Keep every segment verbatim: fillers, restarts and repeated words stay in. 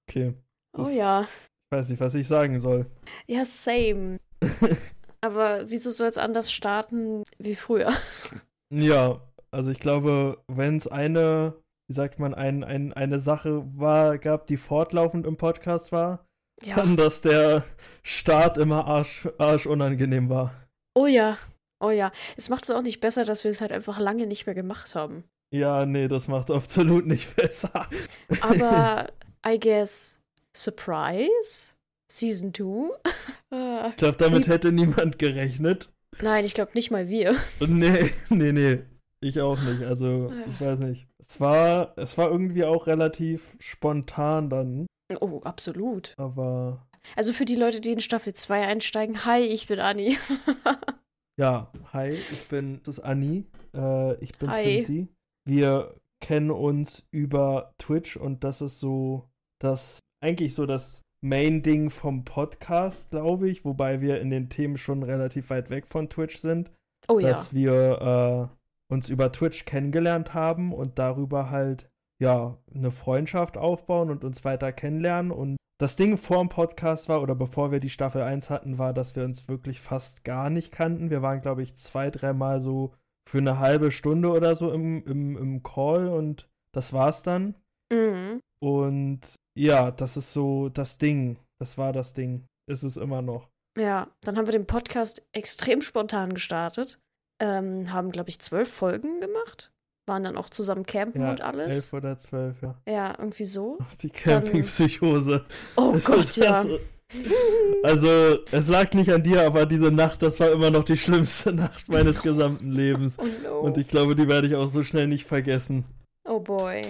Okay. Oh Das, ja. Ich weiß nicht, was ich sagen soll. Ja, same. Aber wieso soll es anders starten wie früher? Ja, also ich glaube, wenn es eine, wie sagt man, ein, ein, eine Sache war, gab, die fortlaufend im Podcast war, Ja. dann, dass der Start immer arsch, arsch unangenehm war. Oh ja. Oh ja. Es macht es auch nicht besser, dass wir es halt einfach lange nicht mehr gemacht haben. Ja, nee, das macht absolut nicht besser. Aber I guess Surprise? Season two? Ich glaube, damit hätte niemand gerechnet. Nein, ich glaube nicht mal wir. Nee, nee, nee. Ich auch nicht. Also, ich weiß nicht. Es war, es war irgendwie auch relativ spontan dann. Oh, absolut. Aber. Also für die Leute, die in Staffel zwei einsteigen, hi, ich bin Anni. Ja, hi, ich bin, das ist Anni. Äh, ich bin Hi. Cynthia. Wir kennen uns über Twitch und das ist so das, eigentlich so das Main-Ding vom Podcast, glaube ich, wobei wir in den Themen schon relativ weit weg von Twitch sind. Oh ja. Dass wir äh, uns über Twitch kennengelernt haben und darüber halt, ja, eine Freundschaft aufbauen und uns weiter kennenlernen. Und das Ding vor dem Podcast war, oder bevor wir die Staffel eins hatten, war, dass wir uns wirklich fast gar nicht kannten. Wir waren, glaube ich, zwei, dreimal so für eine halbe Stunde oder so im, im, im Call und das war's dann. Mhm. Und ja, das ist so das Ding. Das war das Ding. Ist es immer noch. Ja, dann haben wir den Podcast extrem spontan gestartet. Ähm, haben, glaube ich, zwölf Folgen gemacht. Waren dann auch zusammen campen Ja, und alles. elf oder zwölf, ja. Ja, irgendwie so. Die Campingpsychose. Oh Also Gott, ja. das- Also, es lag nicht an dir, aber diese Nacht, das war immer noch die schlimmste Nacht meines gesamten Lebens. Oh no. Und ich glaube, die werde ich auch so schnell nicht vergessen. Oh boy.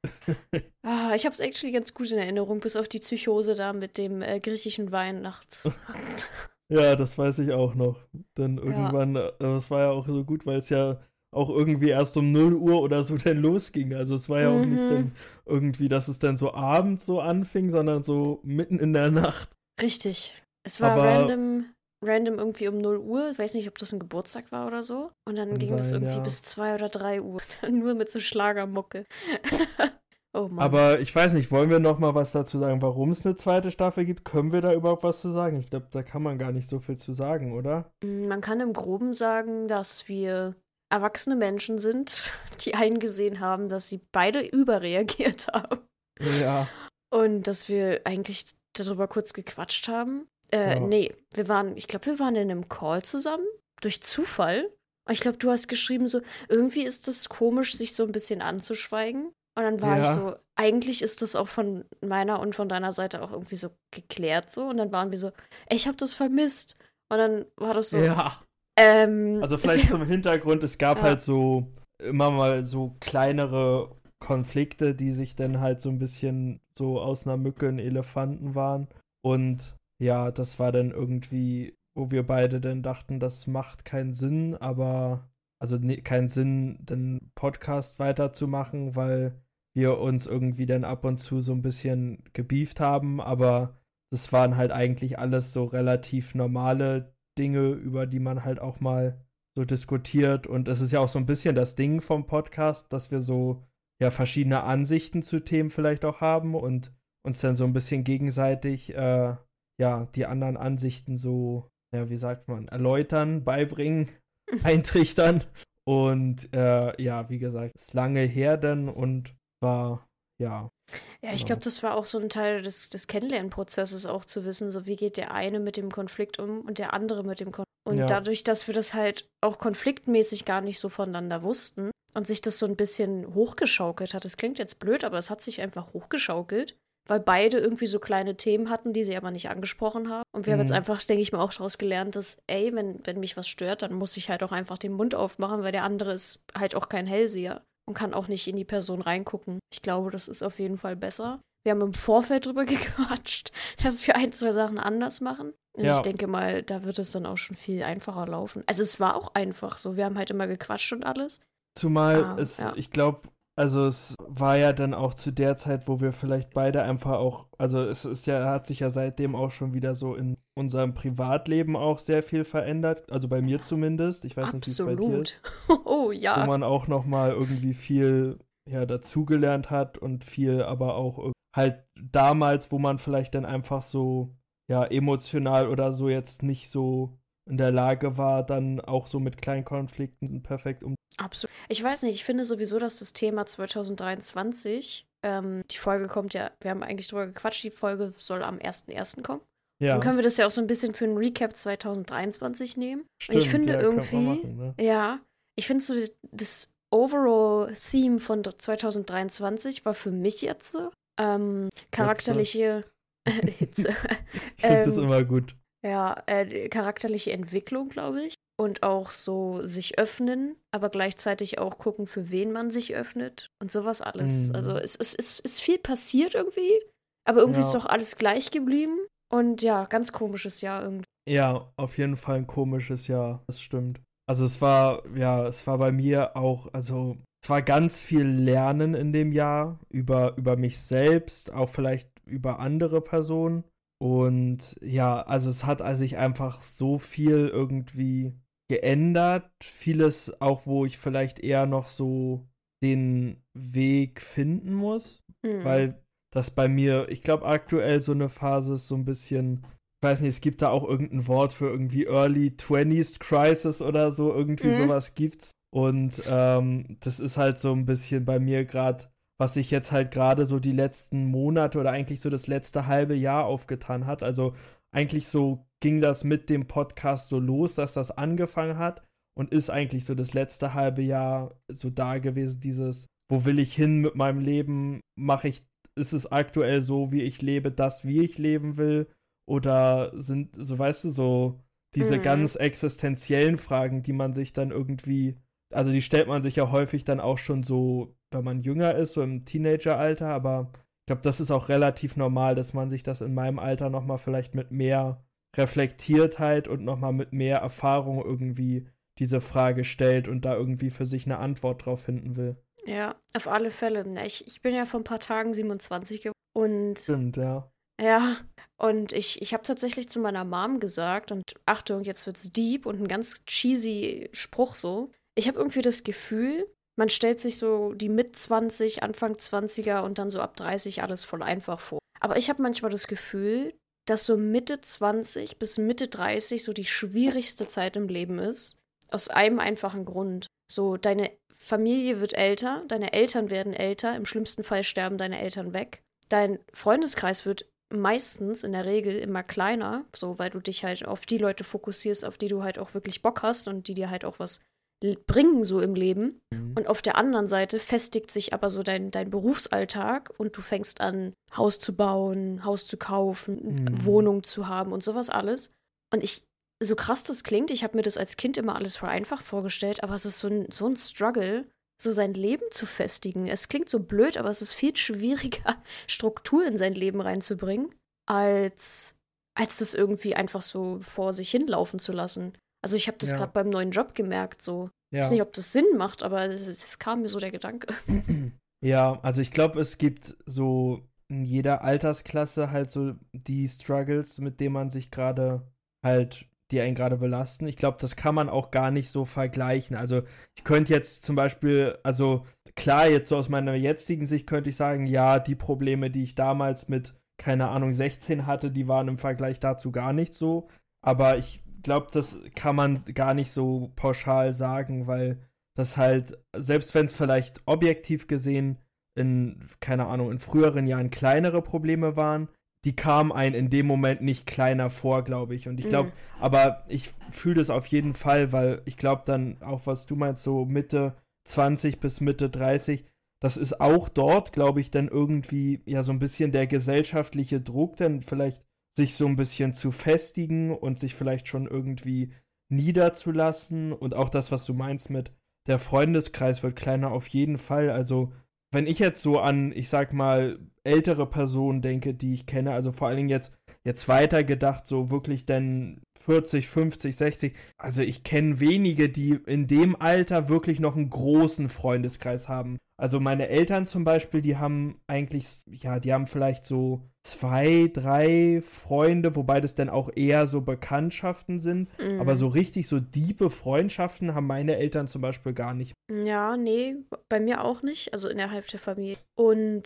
Ah, ich habe es actually ganz gut in Erinnerung, bis auf die Psychose da mit dem äh, griechischen Wein nachts. Ja, das weiß ich auch noch. Denn irgendwann, äh, das war ja auch so gut, weil es ja auch irgendwie erst um null Uhr oder so dann losging. Also es war ja auch nicht Mhm. dann irgendwie, dass es dann so abends so anfing, sondern so mitten in der Nacht. Richtig. Es war Aber- random, random irgendwie um null Uhr. Ich weiß nicht, ob das ein Geburtstag war oder so. Und dann Kann ging das sein, irgendwie ja. bis zwei oder drei Uhr. Nur mit so Schlagermucke. Oh Mann. Aber ich weiß nicht, wollen wir noch mal was dazu sagen, warum es eine zweite Staffel gibt? Können wir da überhaupt was zu sagen? Ich glaube, da kann man gar nicht so viel zu sagen, oder? Man kann im Groben sagen, dass wir erwachsene Menschen sind, die eingesehen haben, dass sie beide überreagiert haben. Ja. Und dass wir eigentlich darüber kurz gequatscht haben. Äh, Ja. nee, wir waren, ich glaube, wir waren in einem Call zusammen, durch Zufall. Und ich glaube, du hast geschrieben so, irgendwie ist es komisch, sich so ein bisschen anzuschweigen. Und dann war Ja. ich so, eigentlich ist das auch von meiner und von deiner Seite auch irgendwie so geklärt so. Und dann waren wir so, ey, ich habe das vermisst. Und dann war das so, Ja. ähm, Also vielleicht zum Hintergrund, es gab Ja. halt so immer mal so kleinere Konflikte, die sich dann halt so ein bisschen so aus einer Mücke ein Elefanten waren. Und ja, das war dann irgendwie, wo wir beide dann dachten, das macht keinen Sinn, aber also ne, keinen Sinn, den Podcast weiterzumachen, weil wir uns irgendwie dann ab und zu so ein bisschen gebieft haben, aber das waren halt eigentlich alles so relativ normale Dinge, über die man halt auch mal so diskutiert. Und es ist ja auch so ein bisschen das Ding vom Podcast, dass wir so ja verschiedene Ansichten zu Themen vielleicht auch haben und uns dann so ein bisschen gegenseitig äh, ja die anderen Ansichten so, ja, wie sagt man, erläutern, beibringen, eintrichtern. Und äh, ja, wie gesagt, ist lange her dann und war, ja. Ja, ich Genau. glaube, das war auch so ein Teil des, des Kennenlernprozesses, auch zu wissen, so wie geht der eine mit dem Konflikt um und der andere mit dem Konflikt. Und Ja. dadurch, dass wir das halt auch konfliktmäßig gar nicht so voneinander wussten und sich das so ein bisschen hochgeschaukelt hat, das klingt jetzt blöd, aber es hat sich einfach hochgeschaukelt, weil beide irgendwie so kleine Themen hatten, die sie aber nicht angesprochen haben. Und wir haben jetzt Mhm. einfach, denke ich mal, auch daraus gelernt, dass, ey, wenn, wenn mich was stört, dann muss ich halt auch einfach den Mund aufmachen, weil der andere ist halt auch kein Hellseher und kann auch nicht in die Person reingucken. Ich glaube, das ist auf jeden Fall besser. Wir haben im Vorfeld drüber gequatscht, dass wir ein, zwei Sachen anders machen. Und Ja. ich denke mal, da wird es dann auch schon viel einfacher laufen. Also es war auch einfach so. Wir haben halt immer gequatscht und alles. Zumal Ah, es, ja. ich glaube, also es war ja dann auch zu der Zeit, wo wir vielleicht beide einfach auch, also es ist ja, hat sich ja seitdem auch schon wieder so in unserem Privatleben auch sehr viel verändert, also bei mir zumindest, ich weiß nicht, wie es bei dir ist, Absolut. Oh wo ja. man auch nochmal irgendwie viel ja, dazugelernt hat und viel aber auch halt damals, wo man vielleicht dann einfach so, ja, emotional oder so jetzt nicht so in der Lage war, dann auch so mit kleinen Konflikten perfekt um. Absolut. Ich weiß nicht, ich finde sowieso, dass das Thema zwanzig dreiundzwanzig, ähm, die Folge kommt ja, wir haben eigentlich drüber gequatscht, die Folge soll am ersten ersten kommen. Ja. Dann können wir das ja auch so ein bisschen für einen Recap zwanzig dreiundzwanzig nehmen. Stimmt, und ich finde ja, irgendwie, machen, ne? ja, ich finde so das overall Theme von zwanzig dreiundzwanzig war für mich jetzt so, ähm, charakterliche Hitze. Ich finde das ähm, immer gut. Ja, äh, charakterliche Entwicklung, glaube ich. Und auch so sich öffnen, aber gleichzeitig auch gucken, für wen man sich öffnet und sowas alles. Mhm. Also es, es, es ist viel passiert irgendwie, aber irgendwie Ja. ist doch alles gleich geblieben. Und ja, ganz komisches Jahr irgendwie. Ja, auf jeden Fall ein komisches Jahr, das stimmt. Also es war, ja, es war bei mir auch, also es war ganz viel Lernen in dem Jahr über, über mich selbst, auch vielleicht über andere Personen. Und ja, also es hat sich einfach so viel irgendwie geändert. Vieles auch, wo ich vielleicht eher noch so den Weg finden muss, Mhm. weil das bei mir, ich glaube aktuell so eine Phase ist so ein bisschen, ich weiß nicht, es gibt da auch irgendein Wort für irgendwie Early Twenties Crisis oder so, irgendwie Mhm. sowas gibt's. Und ähm, das ist halt so ein bisschen bei mir gerade, was sich jetzt halt gerade so die letzten Monate oder eigentlich so das letzte halbe Jahr aufgetan hat. Also eigentlich so ging das mit dem Podcast so los, dass das angefangen hat und ist eigentlich so das letzte halbe Jahr so da gewesen, dieses, wo will ich hin mit meinem Leben? Mache ich, ist es aktuell so, wie ich lebe, das, wie ich leben will? Oder sind, so weißt du, so diese Mhm. ganz existenziellen Fragen, die man sich dann irgendwie, also die stellt man sich ja häufig dann auch schon so, wenn man jünger ist, so im Teenageralter, aber ich glaube, das ist auch relativ normal, dass man sich das in meinem Alter nochmal vielleicht mit mehr Reflektiertheit und nochmal mit mehr Erfahrung irgendwie diese Frage stellt und da irgendwie für sich eine Antwort drauf finden will. Ja, auf alle Fälle. Ja, Ich, ich bin ja vor ein paar Tagen siebenundzwanzig geworden. Und Stimmt, ja. ja, und ich, ich habe tatsächlich zu meiner Mom gesagt, und Achtung, jetzt wird's deep und ein ganz cheesy Spruch so. Ich habe irgendwie das Gefühl, man stellt sich so die Mit-zwanzig, Anfang zwanziger und dann so ab dreißig alles voll einfach vor. Aber ich habe manchmal das Gefühl, dass so Mitte zwanzig bis Mitte dreißig so die schwierigste Zeit im Leben ist. Aus einem einfachen Grund. So, deine Familie wird älter, deine Eltern werden älter, im schlimmsten Fall sterben deine Eltern weg. Dein Freundeskreis wird meistens in der Regel immer kleiner, so weil du dich halt auf die Leute fokussierst, auf die du halt auch wirklich Bock hast und die dir halt auch was l- bringen so im Leben. Mhm. Und auf der anderen Seite festigt sich aber so dein, dein Berufsalltag und du fängst an, Haus zu bauen, Haus zu kaufen, Mhm. Wohnung zu haben und sowas alles. Und ich, so krass das klingt, ich habe mir das als Kind immer alles voll einfach vorgestellt, aber es ist so ein, so ein Struggle, so sein Leben zu festigen. Es klingt so blöd, aber es ist viel schwieriger, Struktur in sein Leben reinzubringen, als, als das irgendwie einfach so vor sich hinlaufen zu lassen. Also ich habe das Ja. gerade beim neuen Job gemerkt, so. Ich weiß Ja. nicht, ob das Sinn macht, aber es, es kam mir so der Gedanke. Ja, also ich glaube, es gibt so in jeder Altersklasse halt so die Struggles, mit denen man sich gerade halt, die einen gerade belasten. Ich glaube, das kann man auch gar nicht so vergleichen. Also ich könnte jetzt zum Beispiel, also klar, jetzt so aus meiner jetzigen Sicht könnte ich sagen, ja, die Probleme, die ich damals mit, keine Ahnung, sechzehn hatte, die waren im Vergleich dazu gar nicht so. Aber ich glaube, das kann man gar nicht so pauschal sagen, weil das halt, selbst wenn es vielleicht objektiv gesehen in, keine Ahnung, in früheren Jahren kleinere Probleme waren, die kamen einem in dem Moment nicht kleiner vor, glaube ich. Und ich glaube, Mhm. aber ich fühle das auf jeden Fall, weil ich glaube dann auch, was du meinst, so Mitte zwanzig bis Mitte dreißig, das ist auch dort, glaube ich, dann irgendwie ja so ein bisschen der gesellschaftliche Druck, dann vielleicht sich so ein bisschen zu festigen und sich vielleicht schon irgendwie niederzulassen. Und auch das, was du meinst mit der Freundeskreis wird kleiner auf jeden Fall. Also wenn ich jetzt so an, ich sag mal, ältere Personen denke, die ich kenne, also vor allen Dingen jetzt, jetzt weiter gedacht, so wirklich denn vierzig, fünfzig, sechzig, also ich kenne wenige, die in dem Alter wirklich noch einen großen Freundeskreis haben. Also meine Eltern zum Beispiel, die haben eigentlich, ja, die haben vielleicht so zwei, drei Freunde, wobei das dann auch eher so Bekanntschaften sind. Mhm. Aber so richtig so diepe Freundschaften haben meine Eltern zum Beispiel gar nicht. Ja, nee, bei mir auch nicht, also innerhalb der Familie. Und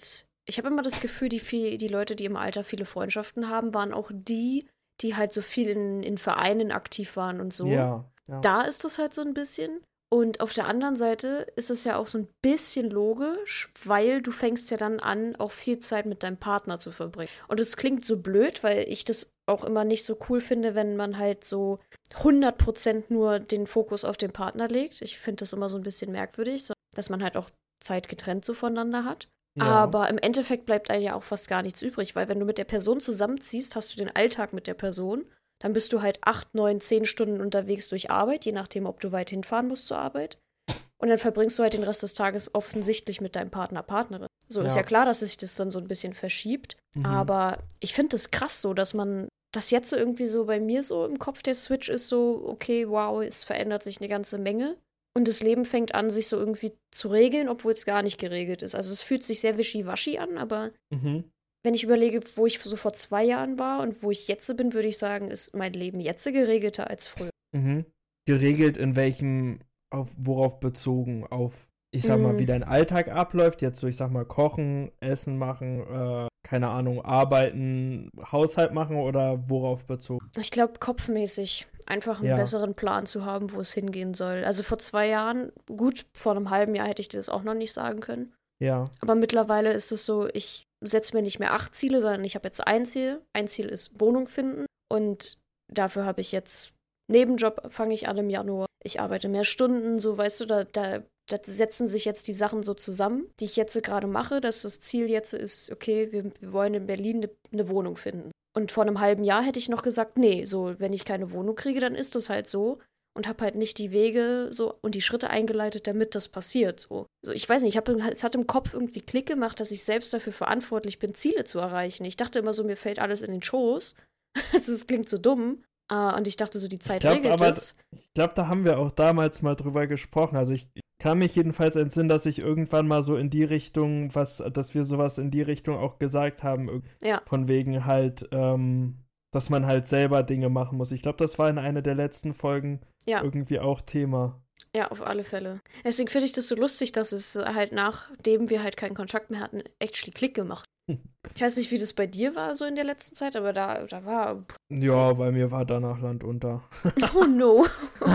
ich habe immer das Gefühl, die, viel, die Leute, die im Alter viele Freundschaften haben, waren auch die, die halt so viel in, in Vereinen aktiv waren und so. Ja, ja. Da ist das halt so ein bisschen. Und auf der anderen Seite ist es ja auch so ein bisschen logisch, weil du fängst ja dann an, auch viel Zeit mit deinem Partner zu verbringen. Und es klingt so blöd, weil ich das auch immer nicht so cool finde, wenn man halt so hundert Prozent nur den Fokus auf den Partner legt. Ich finde das immer so ein bisschen merkwürdig, so, dass man halt auch Zeit getrennt so voneinander hat. Ja. Aber im Endeffekt bleibt einem ja auch fast gar nichts übrig, weil wenn du mit der Person zusammenziehst, hast du den Alltag mit der Person. Dann bist du halt acht, neun, zehn Stunden unterwegs durch Arbeit, je nachdem, ob du weit hinfahren musst zur Arbeit. Und dann verbringst du halt den Rest des Tages offensichtlich mit deinem Partner, Partnerin. So Ja. ist ja klar, dass sich das dann so ein bisschen verschiebt. Mhm. Aber ich finde das krass so, dass man, dass jetzt so irgendwie so bei mir so im Kopf der Switch ist so, okay, wow, es verändert sich eine ganze Menge. Und das Leben fängt an, sich so irgendwie zu regeln, obwohl es gar nicht geregelt ist. Also es fühlt sich sehr wischiwaschi an, aber Mhm. wenn ich überlege, wo ich so vor zwei Jahren war und wo ich jetzt bin, würde ich sagen, ist mein Leben jetzt geregelter als früher. Mhm. Geregelt in welchem, auf worauf bezogen? Auf, ich sag mal, Mm. wie dein Alltag abläuft, jetzt so, ich sag mal, kochen, essen machen, äh, keine Ahnung, arbeiten, Haushalt machen oder worauf bezogen? Ich glaube, kopfmäßig einfach einen Ja. besseren Plan zu haben, wo es hingehen soll. Also vor zwei Jahren, gut, vor einem halben Jahr hätte ich dir das auch noch nicht sagen können. Ja. Aber mittlerweile ist es so, ich setze mir nicht mehr acht Ziele, sondern ich habe jetzt ein Ziel. Ein Ziel ist Wohnung finden. Und dafür habe ich jetzt Nebenjob, fange ich an im Januar. Ich arbeite mehr Stunden, so weißt du, da, da, da setzen sich jetzt die Sachen so zusammen, die ich jetzt gerade mache, dass das Ziel jetzt ist, okay, wir, wir wollen in Berlin eine, eine Wohnung finden. Und vor einem halben Jahr hätte ich noch gesagt, nee, so, wenn ich keine Wohnung kriege, dann ist das halt so. Und habe halt nicht die Wege so und die Schritte eingeleitet, damit das passiert. So, so ich weiß nicht, ich hab, es hat im Kopf irgendwie Klick gemacht, dass ich selbst dafür verantwortlich bin, Ziele zu erreichen. Ich dachte immer so, mir fällt alles in den Schoß. Es klingt so dumm. Uh, und ich dachte so, die Zeit glaub, regelt aber, es. Ich glaube, da haben wir auch damals mal drüber gesprochen. Also ich kann mich jedenfalls entsinnen, dass ich irgendwann mal so in die Richtung, was, dass wir sowas in die Richtung auch gesagt haben. Ja. Von wegen halt, ähm, dass man halt selber Dinge machen muss. Ich glaube, das war in einer der letzten Folgen ja. irgendwie auch Thema. Ja, auf alle Fälle. Deswegen finde ich das so lustig, dass es halt nachdem wir halt keinen Kontakt mehr hatten, actually Klick gemacht. Ich weiß nicht, wie das bei dir war so in der letzten Zeit, aber da, da war... Ja, bei mir war danach Land unter. Oh no.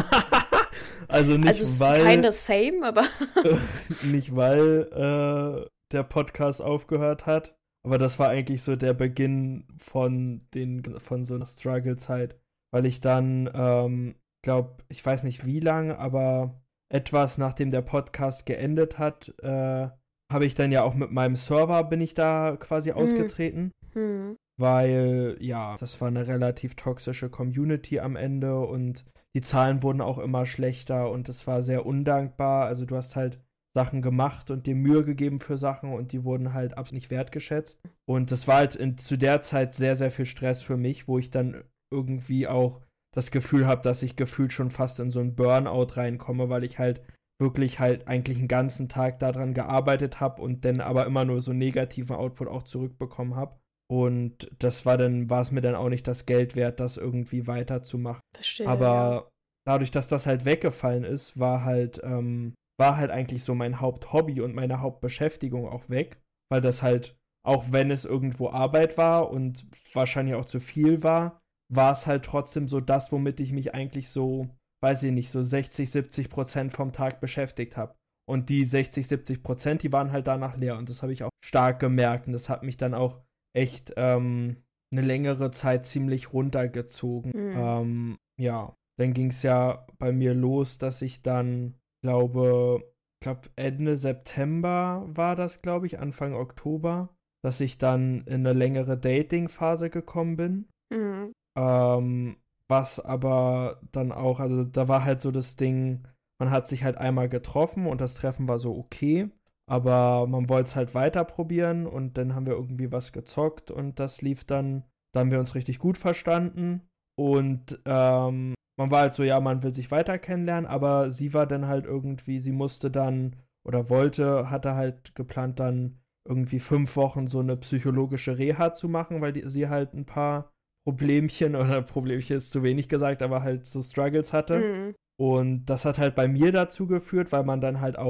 Also nicht, also weil... Also kinda same, aber... nicht, weil äh, der Podcast aufgehört hat, aber das war eigentlich so der Beginn von, den, von so einer Struggle-Zeit, weil ich dann, ähm, glaube, ich weiß nicht wie lang, aber etwas nachdem der Podcast geendet hat, äh, habe ich dann ja auch mit meinem Server bin ich da quasi ausgetreten, hm. weil, ja, das war eine relativ toxische Community am Ende und die Zahlen wurden auch immer schlechter und es war sehr undankbar. Also du hast halt Sachen gemacht und dir Mühe gegeben für Sachen und die wurden halt absolut nicht wertgeschätzt. Und das war halt in, zu der Zeit sehr, sehr viel Stress für mich, wo ich dann irgendwie auch das Gefühl habe, dass ich gefühlt schon fast in so einen Burnout reinkomme, weil ich halt wirklich halt eigentlich einen ganzen Tag daran gearbeitet habe und dann aber immer nur so negativen Output auch zurückbekommen habe. Und das war dann, war es mir dann auch nicht das Geld wert, das irgendwie weiterzumachen. Verstehe, aber ja. dadurch, dass das halt weggefallen ist, war halt, ähm, war halt eigentlich so mein Haupthobby und meine Hauptbeschäftigung auch weg, weil das halt, auch wenn es irgendwo Arbeit war und wahrscheinlich auch zu viel war, war es halt trotzdem so das, womit ich mich eigentlich so, weiß ich nicht, so sechzig, siebzig Prozent vom Tag beschäftigt habe. Und die sechzig, siebzig Prozent, die waren halt danach leer und das habe ich auch stark gemerkt und das hat mich dann auch echt ähm, eine längere Zeit ziemlich runtergezogen. Mhm. Ähm, ja, dann ging es ja bei mir los, dass ich dann, glaube, ich glaube Ende September war das, glaube ich, Anfang Oktober, dass ich dann in eine längere Dating-Phase gekommen bin. Mhm. Ähm, was aber dann auch, also da war halt so das Ding, man hat sich halt einmal getroffen und das Treffen war so okay, aber man wollte es halt weiter probieren und dann haben wir irgendwie was gezockt und das lief dann, da haben wir uns richtig gut verstanden und ähm, man war halt so, ja, man will sich weiter kennenlernen, aber sie war dann halt irgendwie, sie musste dann oder wollte, hatte halt geplant dann irgendwie fünf Wochen so eine psychologische Reha zu machen, weil die, sie halt ein paar Problemchen, oder Problemchen ist zu wenig gesagt, aber halt so Struggles hatte. Mhm. Und das hat halt bei mir dazu geführt, weil man dann halt auch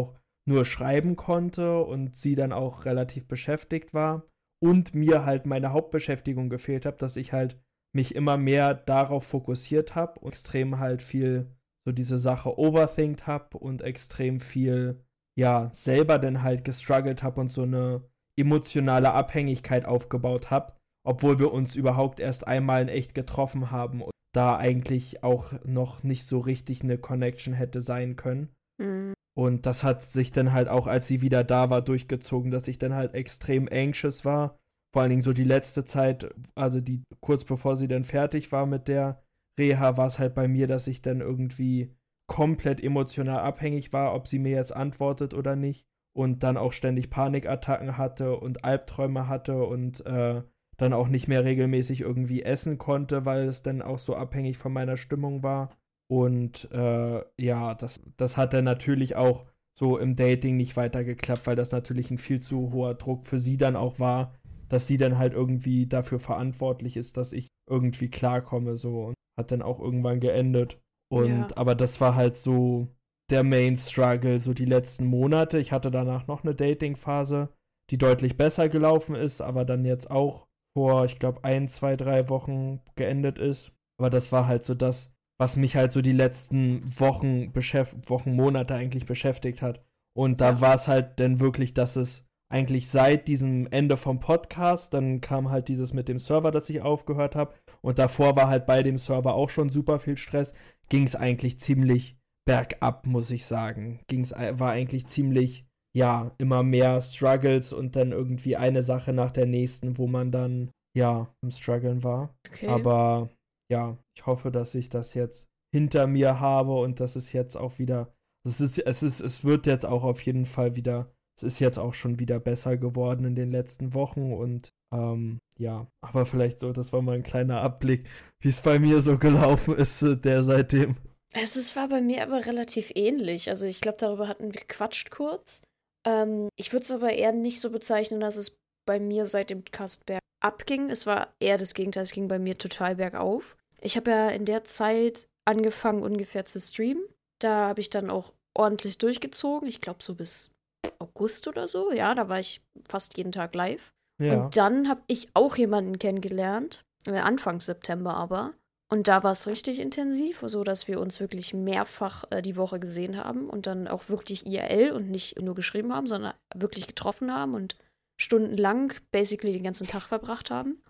nur schreiben konnte und sie dann auch relativ beschäftigt war und mir halt meine Hauptbeschäftigung gefehlt hat, dass ich halt mich immer mehr darauf fokussiert habe und extrem halt viel so diese Sache overthinkt habe und extrem viel, ja, selber dann halt gestruggelt habe und so eine emotionale Abhängigkeit aufgebaut habe, obwohl wir uns überhaupt erst einmal in echt getroffen haben und da eigentlich auch noch nicht so richtig eine Connection hätte sein können. Mhm. Und das hat sich dann halt auch, als sie wieder da war, durchgezogen, dass ich dann halt extrem anxious war. Vor allen Dingen so die letzte Zeit, also die kurz bevor sie dann fertig war mit der Reha, war es halt bei mir, dass ich dann irgendwie komplett emotional abhängig war, ob sie mir jetzt antwortet oder nicht. Und dann auch ständig Panikattacken hatte und Albträume hatte und äh, dann auch nicht mehr regelmäßig irgendwie essen konnte, weil es dann auch so abhängig von meiner Stimmung war. Und äh, ja, das, das hat dann natürlich auch so im Dating nicht weiter geklappt, weil das natürlich ein viel zu hoher Druck für sie dann auch war, dass sie dann halt irgendwie dafür verantwortlich ist, dass ich irgendwie klarkomme, so. Und hat dann auch irgendwann geendet. Und, Ja. aber das war halt so der Main Struggle, so die letzten Monate. Ich hatte danach noch eine Dating-Phase, die deutlich besser gelaufen ist, aber dann jetzt auch vor, ich glaube, ein, zwei, drei Wochen geendet ist. Aber das war halt so das, was mich halt so die letzten Wochen, beschäft- Wochen, Monate eigentlich beschäftigt hat. Und da Ja. war es halt dann wirklich, dass es eigentlich seit diesem Ende vom Podcast, dann kam halt dieses mit dem Server, dass ich aufgehört habe. Und davor war halt bei dem Server auch schon super viel Stress. Ging es eigentlich ziemlich bergab, muss ich sagen. Ging's, war eigentlich ziemlich, ja, immer mehr Struggles und dann irgendwie eine Sache nach der nächsten, wo man dann, ja, im Struggeln war. Okay. Aber ja, ich hoffe, dass ich das jetzt hinter mir habe und dass es jetzt auch wieder, es ist, es ist, es wird jetzt auch auf jeden Fall wieder, es ist jetzt auch schon wieder besser geworden in den letzten Wochen und ähm, ja, aber vielleicht so, das war mal ein kleiner Abblick, wie es bei mir so gelaufen ist, äh, der seitdem. Es ist, war bei mir aber relativ ähnlich. Also ich glaube, darüber hatten wir gequatscht kurz. Ähm, ich würde es aber eher nicht so bezeichnen, dass es bei mir seit dem Cast bergab ging. Es war eher das Gegenteil, es ging bei mir total bergauf. Ich habe ja in der Zeit angefangen ungefähr zu streamen. Da habe ich dann auch ordentlich durchgezogen. Ich glaube so bis August oder so. Ja, da war ich fast jeden Tag live. Ja. Und dann habe ich auch jemanden kennengelernt, äh, Anfang September aber. Und da war es richtig intensiv, so dass wir uns wirklich mehrfach äh, die Woche gesehen haben und dann auch wirklich I R L und nicht nur geschrieben haben, sondern wirklich getroffen haben und stundenlang basically den ganzen Tag verbracht haben.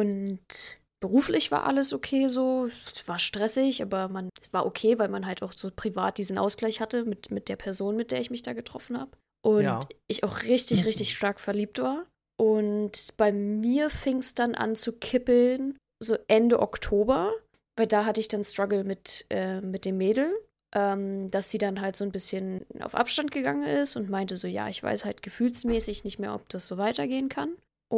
Und beruflich war alles okay so. Es war stressig, aber man es war okay, weil man halt auch so privat diesen Ausgleich hatte mit, mit der Person, mit der ich mich da getroffen habe. Und Ja. ich auch richtig, richtig stark verliebt war. Und bei mir fing es dann an zu kippeln, so Ende Oktober. Weil da hatte ich dann Struggle mit, äh, mit dem Mädel, ähm, dass sie dann halt so ein bisschen auf Abstand gegangen ist und meinte so, ja, ich weiß halt gefühlsmäßig nicht mehr, ob das so weitergehen kann.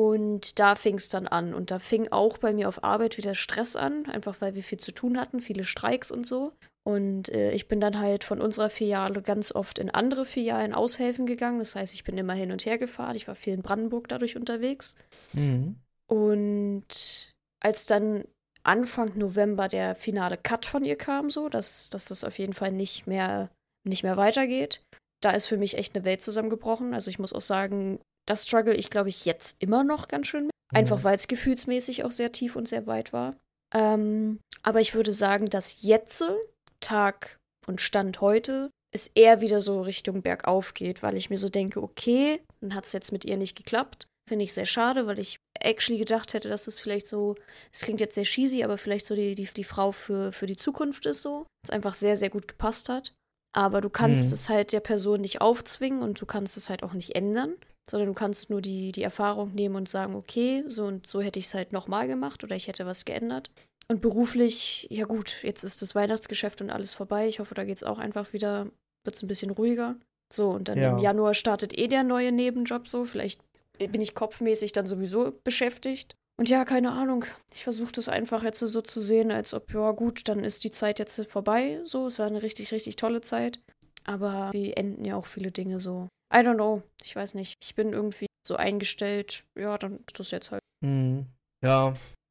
Und da fing es dann an. Und da fing auch bei mir auf Arbeit wieder Stress an, einfach weil wir viel zu tun hatten, viele Streiks und so. Und äh, ich bin dann halt von unserer Filiale ganz oft in andere Filialen aushelfen gegangen. Das heißt, ich bin immer hin und her gefahren. Ich war viel in Brandenburg dadurch unterwegs. Mhm. Und als dann Anfang November der finale Cut von ihr kam, so, dass, dass das auf jeden Fall nicht mehr, nicht mehr weitergeht. Da ist für mich echt eine Welt zusammengebrochen. Also ich muss auch sagen, das struggle ich, glaube ich, jetzt immer noch ganz schön mit. Einfach Mhm. weil es gefühlsmäßig auch sehr tief und sehr weit war. Ähm, aber ich würde sagen, dass jetzt, Tag und Stand heute, es eher wieder so Richtung bergauf geht, weil ich mir so denke, okay, dann hat es jetzt mit ihr nicht geklappt. Finde ich sehr schade, weil ich actually gedacht hätte, dass es vielleicht so, es klingt jetzt sehr cheesy, aber vielleicht so die, die, die Frau für, für die Zukunft ist so. Es einfach sehr, sehr gut gepasst hat. Aber du kannst Mhm. es halt der Person nicht aufzwingen und du kannst es halt auch nicht ändern, sondern du kannst nur die, die Erfahrung nehmen und sagen, okay, so und so hätte ich es halt nochmal gemacht oder ich hätte was geändert. Und beruflich, ja gut, jetzt ist das Weihnachtsgeschäft und alles vorbei. Ich hoffe, da geht es auch einfach wieder, wird es ein bisschen ruhiger. So, und dann Ja. im Januar startet eh der neue Nebenjob so. Vielleicht bin ich kopfmäßig dann sowieso beschäftigt. Und ja, keine Ahnung. Ich versuche das einfach jetzt so zu sehen, als ob, ja gut, dann ist die Zeit jetzt vorbei. So, es war eine richtig, richtig tolle Zeit. Aber wie enden ja auch viele Dinge so. I don't know. Ich weiß nicht. Ich bin irgendwie so eingestellt, ja, dann ist das jetzt halt. Mhm. Ja,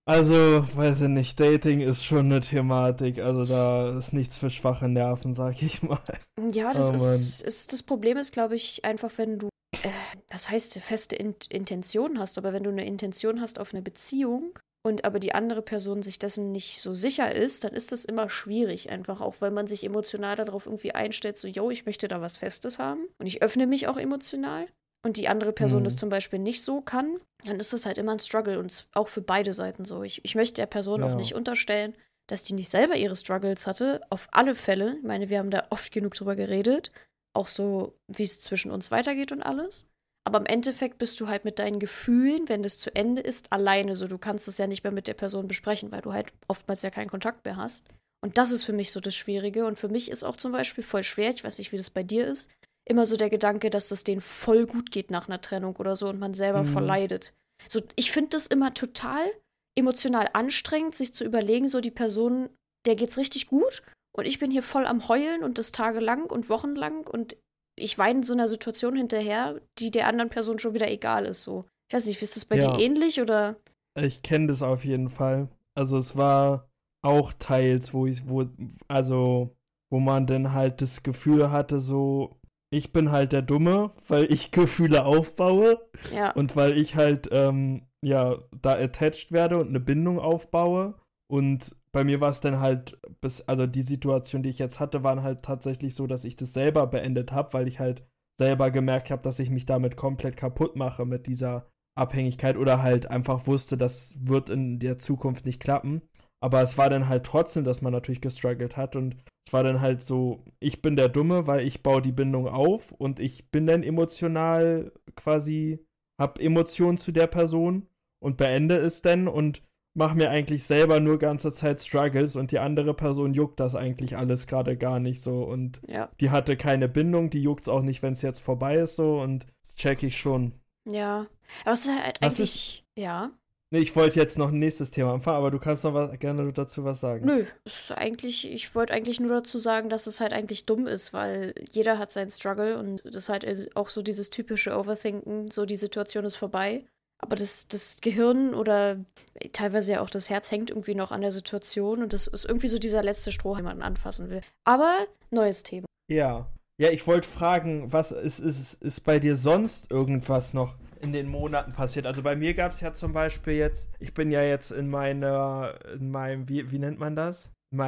Also, weiß ich nicht, Dating ist schon eine Thematik, also da ist nichts für schwache Nerven, sag ich mal. Ja, das Oh ist, Mann. ist, das Problem ist, glaube ich, einfach, wenn du, äh, das heißt, feste In Intention hast, aber wenn du eine Intention hast auf eine Beziehung und aber die andere Person sich dessen nicht so sicher ist, dann ist das immer schwierig, einfach auch, weil man sich emotional darauf irgendwie einstellt, so, yo, ich möchte da was Festes haben und ich öffne mich auch emotional und die andere Person das Hm. zum Beispiel nicht so kann, dann ist das halt immer ein Struggle und auch für beide Seiten so. Ich, ich möchte der Person auch Ja. nicht unterstellen, dass die nicht selber ihre Struggles hatte. Auf alle Fälle. Ich meine, wir haben da oft genug drüber geredet. Auch so, wie es zwischen uns weitergeht und alles. Aber im Endeffekt bist du halt mit deinen Gefühlen, wenn das zu Ende ist, alleine so. Du kannst es ja nicht mehr mit der Person besprechen, weil du halt oftmals ja keinen Kontakt mehr hast. Und das ist für mich so das Schwierige. Und für mich ist auch zum Beispiel voll schwer, ich weiß nicht, wie das bei dir ist, immer so der Gedanke, dass das denen voll gut geht nach einer Trennung oder so und man selber voll Hm. leidet. So, ich finde das immer total emotional anstrengend, sich zu überlegen, so die Person, der geht's richtig gut und ich bin hier voll am Heulen und das tagelang und wochenlang und ich weine so einer Situation hinterher, die der anderen Person schon wieder egal ist, so. Ich weiß nicht, ist das bei dir Ja, ähnlich oder? ich kenne das auf jeden Fall. Also es war auch teils, wo ich, wo, also, wo man dann halt das Gefühl hatte, so, ich bin halt der Dumme, weil ich Gefühle aufbaue Ja, und weil ich halt, ähm, ja, da attached werde und eine Bindung aufbaue. Und bei mir war es dann halt, bis, also die Situation, die ich jetzt hatte, waren halt tatsächlich so, dass ich das selber beendet habe, weil ich halt selber gemerkt habe, dass ich mich damit komplett kaputt mache mit dieser Abhängigkeit oder halt einfach wusste, das wird in der Zukunft nicht klappen. Aber es war dann halt trotzdem, dass man natürlich gestruggelt hat und es war dann halt so, ich bin der Dumme, weil ich baue die Bindung auf und ich bin dann emotional quasi, hab Emotionen zu der Person und beende es dann und mache mir eigentlich selber nur ganze Zeit Struggles und die andere Person juckt das eigentlich alles gerade gar nicht so und ja, die hatte keine Bindung, die juckt's auch nicht, wenn es jetzt vorbei ist so und das check ich schon. ja. Aber es ist halt Was ist, eigentlich, ja. nee, ich wollte jetzt noch ein nächstes Thema anfangen, aber du kannst noch was, gerne dazu was sagen. Nö, ist eigentlich, ich wollte eigentlich nur dazu sagen, dass es halt eigentlich dumm ist, weil jeder hat seinen Struggle und das ist halt auch so dieses typische Overthinken, so die Situation ist vorbei. Aber das, das Gehirn oder teilweise ja auch das Herz hängt irgendwie noch an der Situation und das ist irgendwie so dieser letzte Strohhalm, den man anfassen will. Aber neues Thema. Ja. Ja, ich wollte fragen, was ist, ist, ist bei dir sonst irgendwas noch in den Monaten passiert? Also bei mir gab es ja zum Beispiel jetzt, ich bin ja jetzt in meiner, in meinem, wie, wie nennt man das? In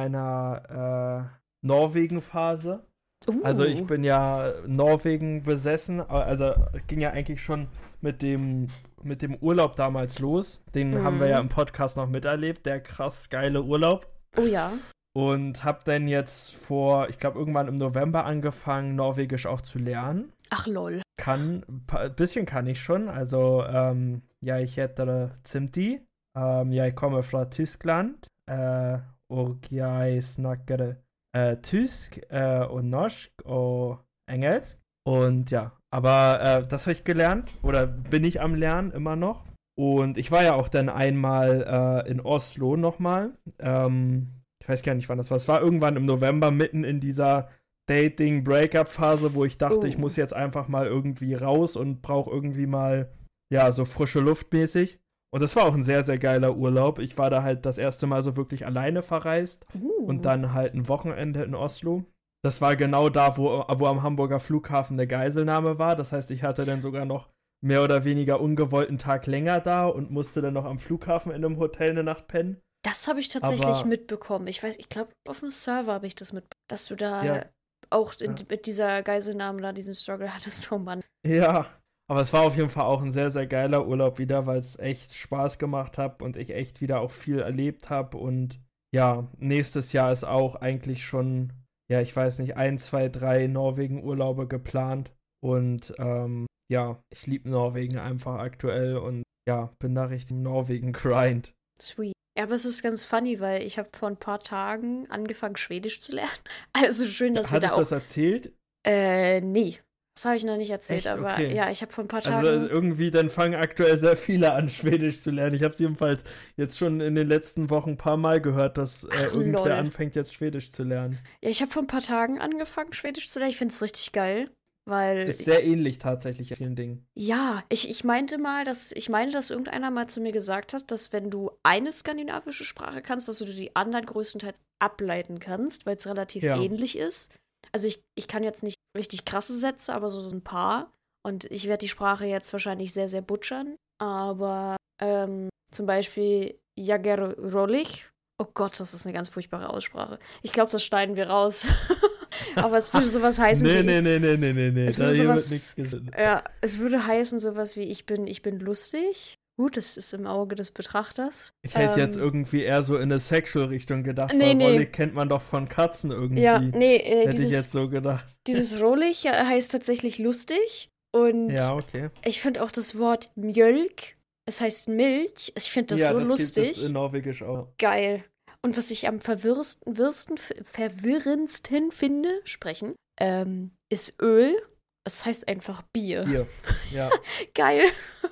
meiner äh, Norwegen-Phase. Also ich Uh, bin ja Norwegen besessen, also ging ja eigentlich schon mit dem, mit dem Urlaub damals los. Den haben wir ja mhm. im Podcast noch miterlebt, der krass geile Urlaub. Oh ja. Und hab dann jetzt vor, ich glaube, irgendwann im November angefangen, Norwegisch auch zu lernen. Ach lol. Kann, ein bisschen kann ich schon. Also, ähm, ja, ich heter Zimti. Ähm, jeg kommer fra Tyskland. Äh, og jeg snakker äh, tysk äh, und norsk und engelsk. Und ja, aber äh, das habe ich gelernt oder bin ich am Lernen immer noch. Und ich war ja auch dann einmal äh, in Oslo nochmal. Ähm, ich weiß gar nicht, wann das war. Es war irgendwann im November, mitten in dieser Dating-Breakup-Phase, wo ich dachte, Oh. ich muss jetzt einfach mal irgendwie raus und brauche irgendwie mal, ja, so frische Luft mäßig. Und das war auch ein sehr, sehr geiler Urlaub. Ich war da halt das erste Mal so wirklich alleine verreist Uh. und dann halt ein Wochenende in Oslo. Das war genau da, wo, wo am Hamburger Flughafen eine Geiselnahme war. Das heißt, ich hatte dann sogar noch mehr oder weniger ungewollt einen Tag länger da und musste dann noch am Flughafen in einem Hotel eine Nacht pennen. Das habe ich tatsächlich Aber mitbekommen. Ich weiß, ich glaube, auf dem Server habe ich das mitbekommen, dass du da ja, auch in, ja. mit dieser Geiselnahme da diesen Struggle hattest. Oh Mann. Ja, aber es war auf jeden Fall auch ein sehr, sehr geiler Urlaub wieder, weil es echt Spaß gemacht hat und ich echt wieder auch viel erlebt habe. Und ja, nächstes Jahr ist auch eigentlich schon, ja, ich weiß nicht, ein, zwei, drei Norwegen-Urlaube geplant. Und ähm, ja, ich liebe Norwegen einfach aktuell und ja, bin da richtig im Norwegen-Grind. Sweet. Ja, aber es ist ganz funny, weil ich habe vor ein paar Tagen angefangen, Schwedisch zu lernen. Also schön, dass wir da Hattest du auch. das erzählt? Äh, nee. Das habe ich noch nicht erzählt, Echt? aber Okay. ja, ich habe vor ein paar Also Tagen. irgendwie, dann fangen aktuell sehr viele an, Schwedisch zu lernen. Ich habe es jedenfalls jetzt schon in den letzten Wochen ein paar Mal gehört, dass äh, Ach, irgendwer lol. anfängt, jetzt Schwedisch zu lernen. Ja, ich habe vor ein paar Tagen angefangen, Schwedisch zu lernen. Ich finde es richtig geil. Weil. Ist sehr ähnlich tatsächlich in vielen Dingen. Ja, ich, ich meinte mal, dass, ich meine, dass irgendeiner mal zu mir gesagt hat, dass wenn du eine skandinavische Sprache kannst, dass du die anderen größtenteils ableiten kannst, weil es relativ Ja. ähnlich ist. Also ich, ich kann jetzt nicht richtig krasse Sätze, aber so, so ein paar. Und ich werde die Sprache jetzt wahrscheinlich sehr, sehr butchern. Aber ähm, zum Beispiel Jagerrolich. Oh Gott, das ist eine ganz furchtbare Aussprache. Ich glaube, das schneiden wir raus. Aber es würde sowas heißen Nee, wie. nee, nee, nee, nee, nee, nee. Es Da würde hier wird sowas- nichts geschnitten. Ja, es würde heißen sowas wie ich bin, ich bin lustig. Gut, das ist im Auge des Betrachters. Ich hätte jetzt Ähm, irgendwie eher so in eine Sexual-Richtung gedacht, Nee, weil nee. Rollig kennt man doch von Katzen irgendwie. Ja, nee, äh, Hätte ich dieses, jetzt so gedacht. dieses Rohlich äh, heißt tatsächlich lustig. Und Ja, okay. ich finde auch das Wort Mjölk, es heißt Milch. Ich finde das ja, so das lustig. gibt es in Norwegisch auch. Geil. Und was ich am verwirrendsten, wirsten, verwirrendsten finde, sprechen, ähm, ist Öl. Es heißt einfach Bier. Hier. Ja. Geil.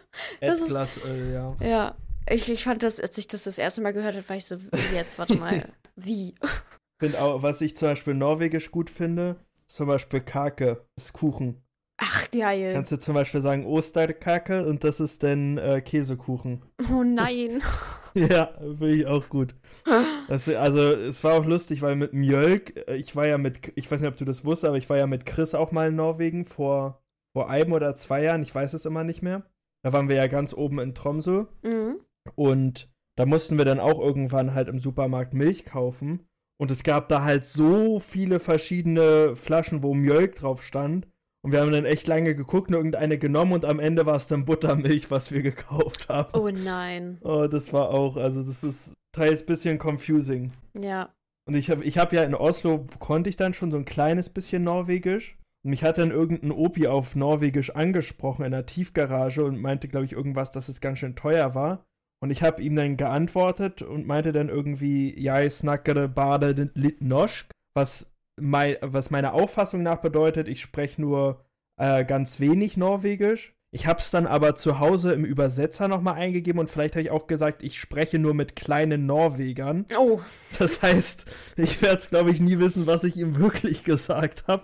Das ist- Erdglasöl, ja. Ja, ich, ich fand das, als ich das das erste Mal gehört habe, war ich so, wie jetzt, warte mal, wie? Find auch, was ich zum Beispiel Norwegisch gut finde, ist zum Beispiel Kake, ist Kuchen. Ach, geil. Kannst du zum Beispiel sagen Osterkake und das ist dann äh, Käsekuchen. Oh nein. Ja, finde ich auch gut. Das, also, es war auch lustig, weil mit Mjölk, äh, ich war ja mit, ich weiß nicht, ob du das wusstest, aber ich war ja mit Chris auch mal in Norwegen vor, vor einem oder zwei Jahren, ich weiß es immer nicht mehr. Da waren wir ja ganz oben in Tromsø Mhm. und da mussten wir dann auch irgendwann halt im Supermarkt Milch kaufen und es gab da halt so viele verschiedene Flaschen, wo Mjölk drauf stand und wir haben dann echt lange geguckt und irgendeine genommen und am Ende war es dann Buttermilch, was wir gekauft haben. Oh nein. Oh, das war auch, also das ist teils ein bisschen confusing. Ja. Und ich habe ich hab ja in Oslo, konnte ich dann schon so ein kleines bisschen Norwegisch. Und mich hat dann irgendein Opi auf Norwegisch angesprochen in der Tiefgarage und meinte, glaube ich, irgendwas, dass es ganz schön teuer war. Und ich habe ihm dann geantwortet und meinte dann irgendwie, ja, ich snackere bade litt norsk, was, mei was meiner Auffassung nach bedeutet, ich spreche nur äh, ganz wenig Norwegisch. Ich habe es dann aber zu Hause im Übersetzer nochmal eingegeben und vielleicht habe ich auch gesagt, ich spreche nur mit kleinen Norwegern. Oh. Das heißt, ich werde es, glaube ich, nie wissen, was ich ihm wirklich gesagt habe.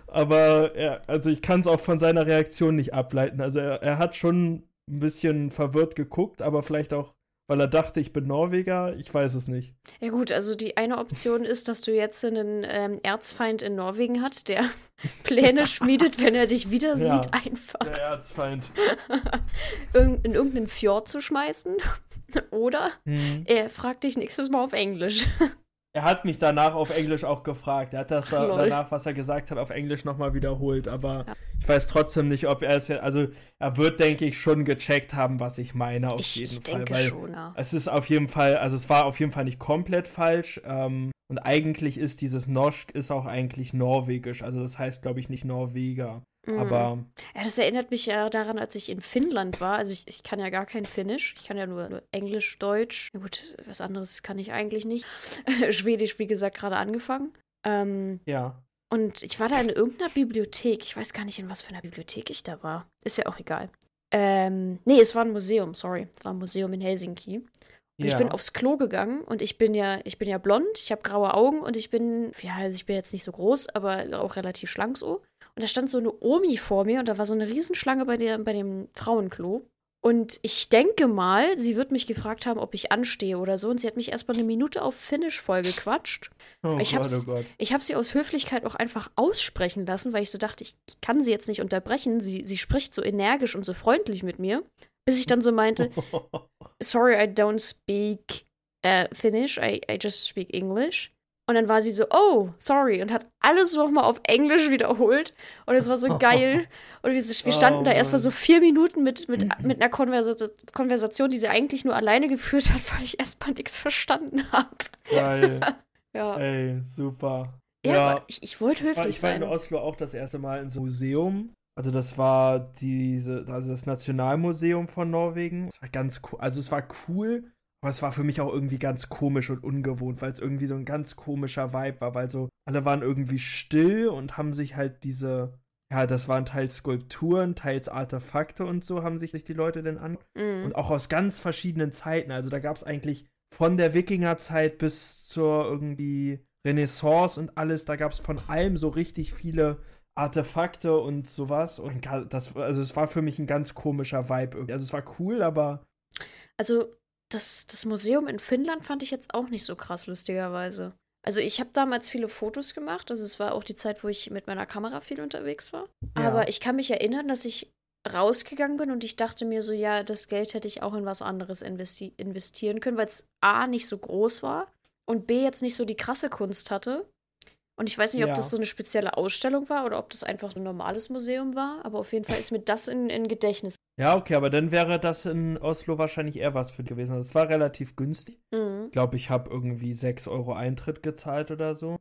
Aber er, also ich kann es auch von seiner Reaktion nicht ableiten. Also er, er hat schon ein bisschen verwirrt geguckt, aber vielleicht auch, weil er dachte, ich bin Norweger. Ich weiß es nicht. Ja gut, also die eine Option ist, dass du jetzt einen ähm, Erzfeind in Norwegen hast, der Pläne schmiedet, wenn er dich wieder Ja. sieht, einfach Der Erzfeind. irg- in irgendeinen Fjord zu schmeißen. Oder Hm. er fragt dich nächstes Mal auf Englisch. Er hat mich danach auf Englisch auch gefragt. Er hat das Ach, da, lol. danach, was er gesagt hat, auf Englisch nochmal wiederholt. Aber Ja. ich weiß trotzdem nicht, ob er es ja. Also, er wird, denke ich, schon gecheckt haben, was ich meine, auf Ich, jeden ich Fall. denke weil schon, ja. es ist auf jeden Fall, also es war auf jeden Fall nicht komplett falsch. Ähm, und eigentlich ist dieses Norsk ist auch eigentlich norwegisch. Also, das heißt, glaube ich, nicht Norweger. Mhm. Aber Ja, das erinnert mich ja daran, als ich in Finnland war. Also ich, ich kann ja gar kein Finnisch. Ich kann ja nur, nur Englisch, Deutsch. Na gut, was anderes kann ich eigentlich nicht. Schwedisch, wie gesagt, gerade angefangen. Ähm, ja. und ich war da in irgendeiner Bibliothek. Ich weiß gar nicht, in was für einer Bibliothek ich da war. Ist ja auch egal. Ähm, nee, es war ein Museum, sorry. Es war ein Museum in Helsinki. Und ja. ich bin aufs Klo gegangen und ich bin ja, ich bin ja blond, ich habe graue Augen und ich bin, ja, also ich bin jetzt nicht so groß, aber auch relativ schlank so. Und da stand so eine Omi vor mir und da war so eine Riesenschlange bei, der, bei dem Frauenklo. Und ich denke mal, sie wird mich gefragt haben, ob ich anstehe oder so. Und sie hat mich erstmal eine Minute auf Finnisch vollgequatscht. Oh ich Gott, hab's- oh Gott. Ich habe sie aus Höflichkeit auch einfach aussprechen lassen, weil ich so dachte, ich kann sie jetzt nicht unterbrechen. Sie, sie spricht so energisch und so freundlich mit mir. Bis ich dann so meinte, sorry, I don't speak uh, Finnish, I, I just speak English. Und dann war sie so, oh, sorry, und hat alles nochmal auf Englisch wiederholt. Und es war so geil. Und wir, wir standen Oh, da erstmal Mann. so vier Minuten mit, mit, mit einer Konversa Konversation, die sie eigentlich nur alleine geführt hat, weil ich erstmal nichts verstanden habe. Geil. Ja, Ey, super. ja, aber ich, ich wollte Ich war, höflich ich war in sein. Oslo auch das erste Mal in so einem Museum. Also das war diese, also das Nationalmuseum von Norwegen. Es war ganz cool. Also es war cool, aber es war für mich auch irgendwie ganz komisch und ungewohnt, weil es irgendwie so ein ganz komischer Vibe war, weil so alle waren irgendwie still und haben sich halt diese, ja, das waren teils Skulpturen, teils Artefakte und so haben sich die Leute denn an. Mhm. Und auch aus ganz verschiedenen Zeiten. Also da gab es eigentlich von der Wikingerzeit bis zur irgendwie Renaissance und alles. Da gab es von allem so richtig viele Artefakte und sowas. Und das, also es war für mich ein ganz komischer Vibe irgendwie. Also es war cool, aber. Also, das, das Museum in Finnland fand ich jetzt auch nicht so krass, lustigerweise. Also, ich habe damals viele Fotos gemacht. Also, es war auch die Zeit, wo ich mit meiner Kamera viel unterwegs war. Ja. Aber ich kann mich erinnern, dass ich rausgegangen bin und ich dachte mir so, ja, das Geld hätte ich auch in was anderes investi- investieren können, weil es A, nicht so groß war und B, jetzt nicht so die krasse Kunst hatte. Und ich weiß nicht, ob Ja. das so eine spezielle Ausstellung war oder ob das einfach ein normales Museum war, aber auf jeden Fall ist mir das in, in Gedächtnis. Ja, okay, aber dann wäre das in Oslo wahrscheinlich eher was für gewesen. Also es war relativ günstig. Mhm. Ich glaube, ich habe irgendwie sechs Euro Eintritt gezahlt oder so.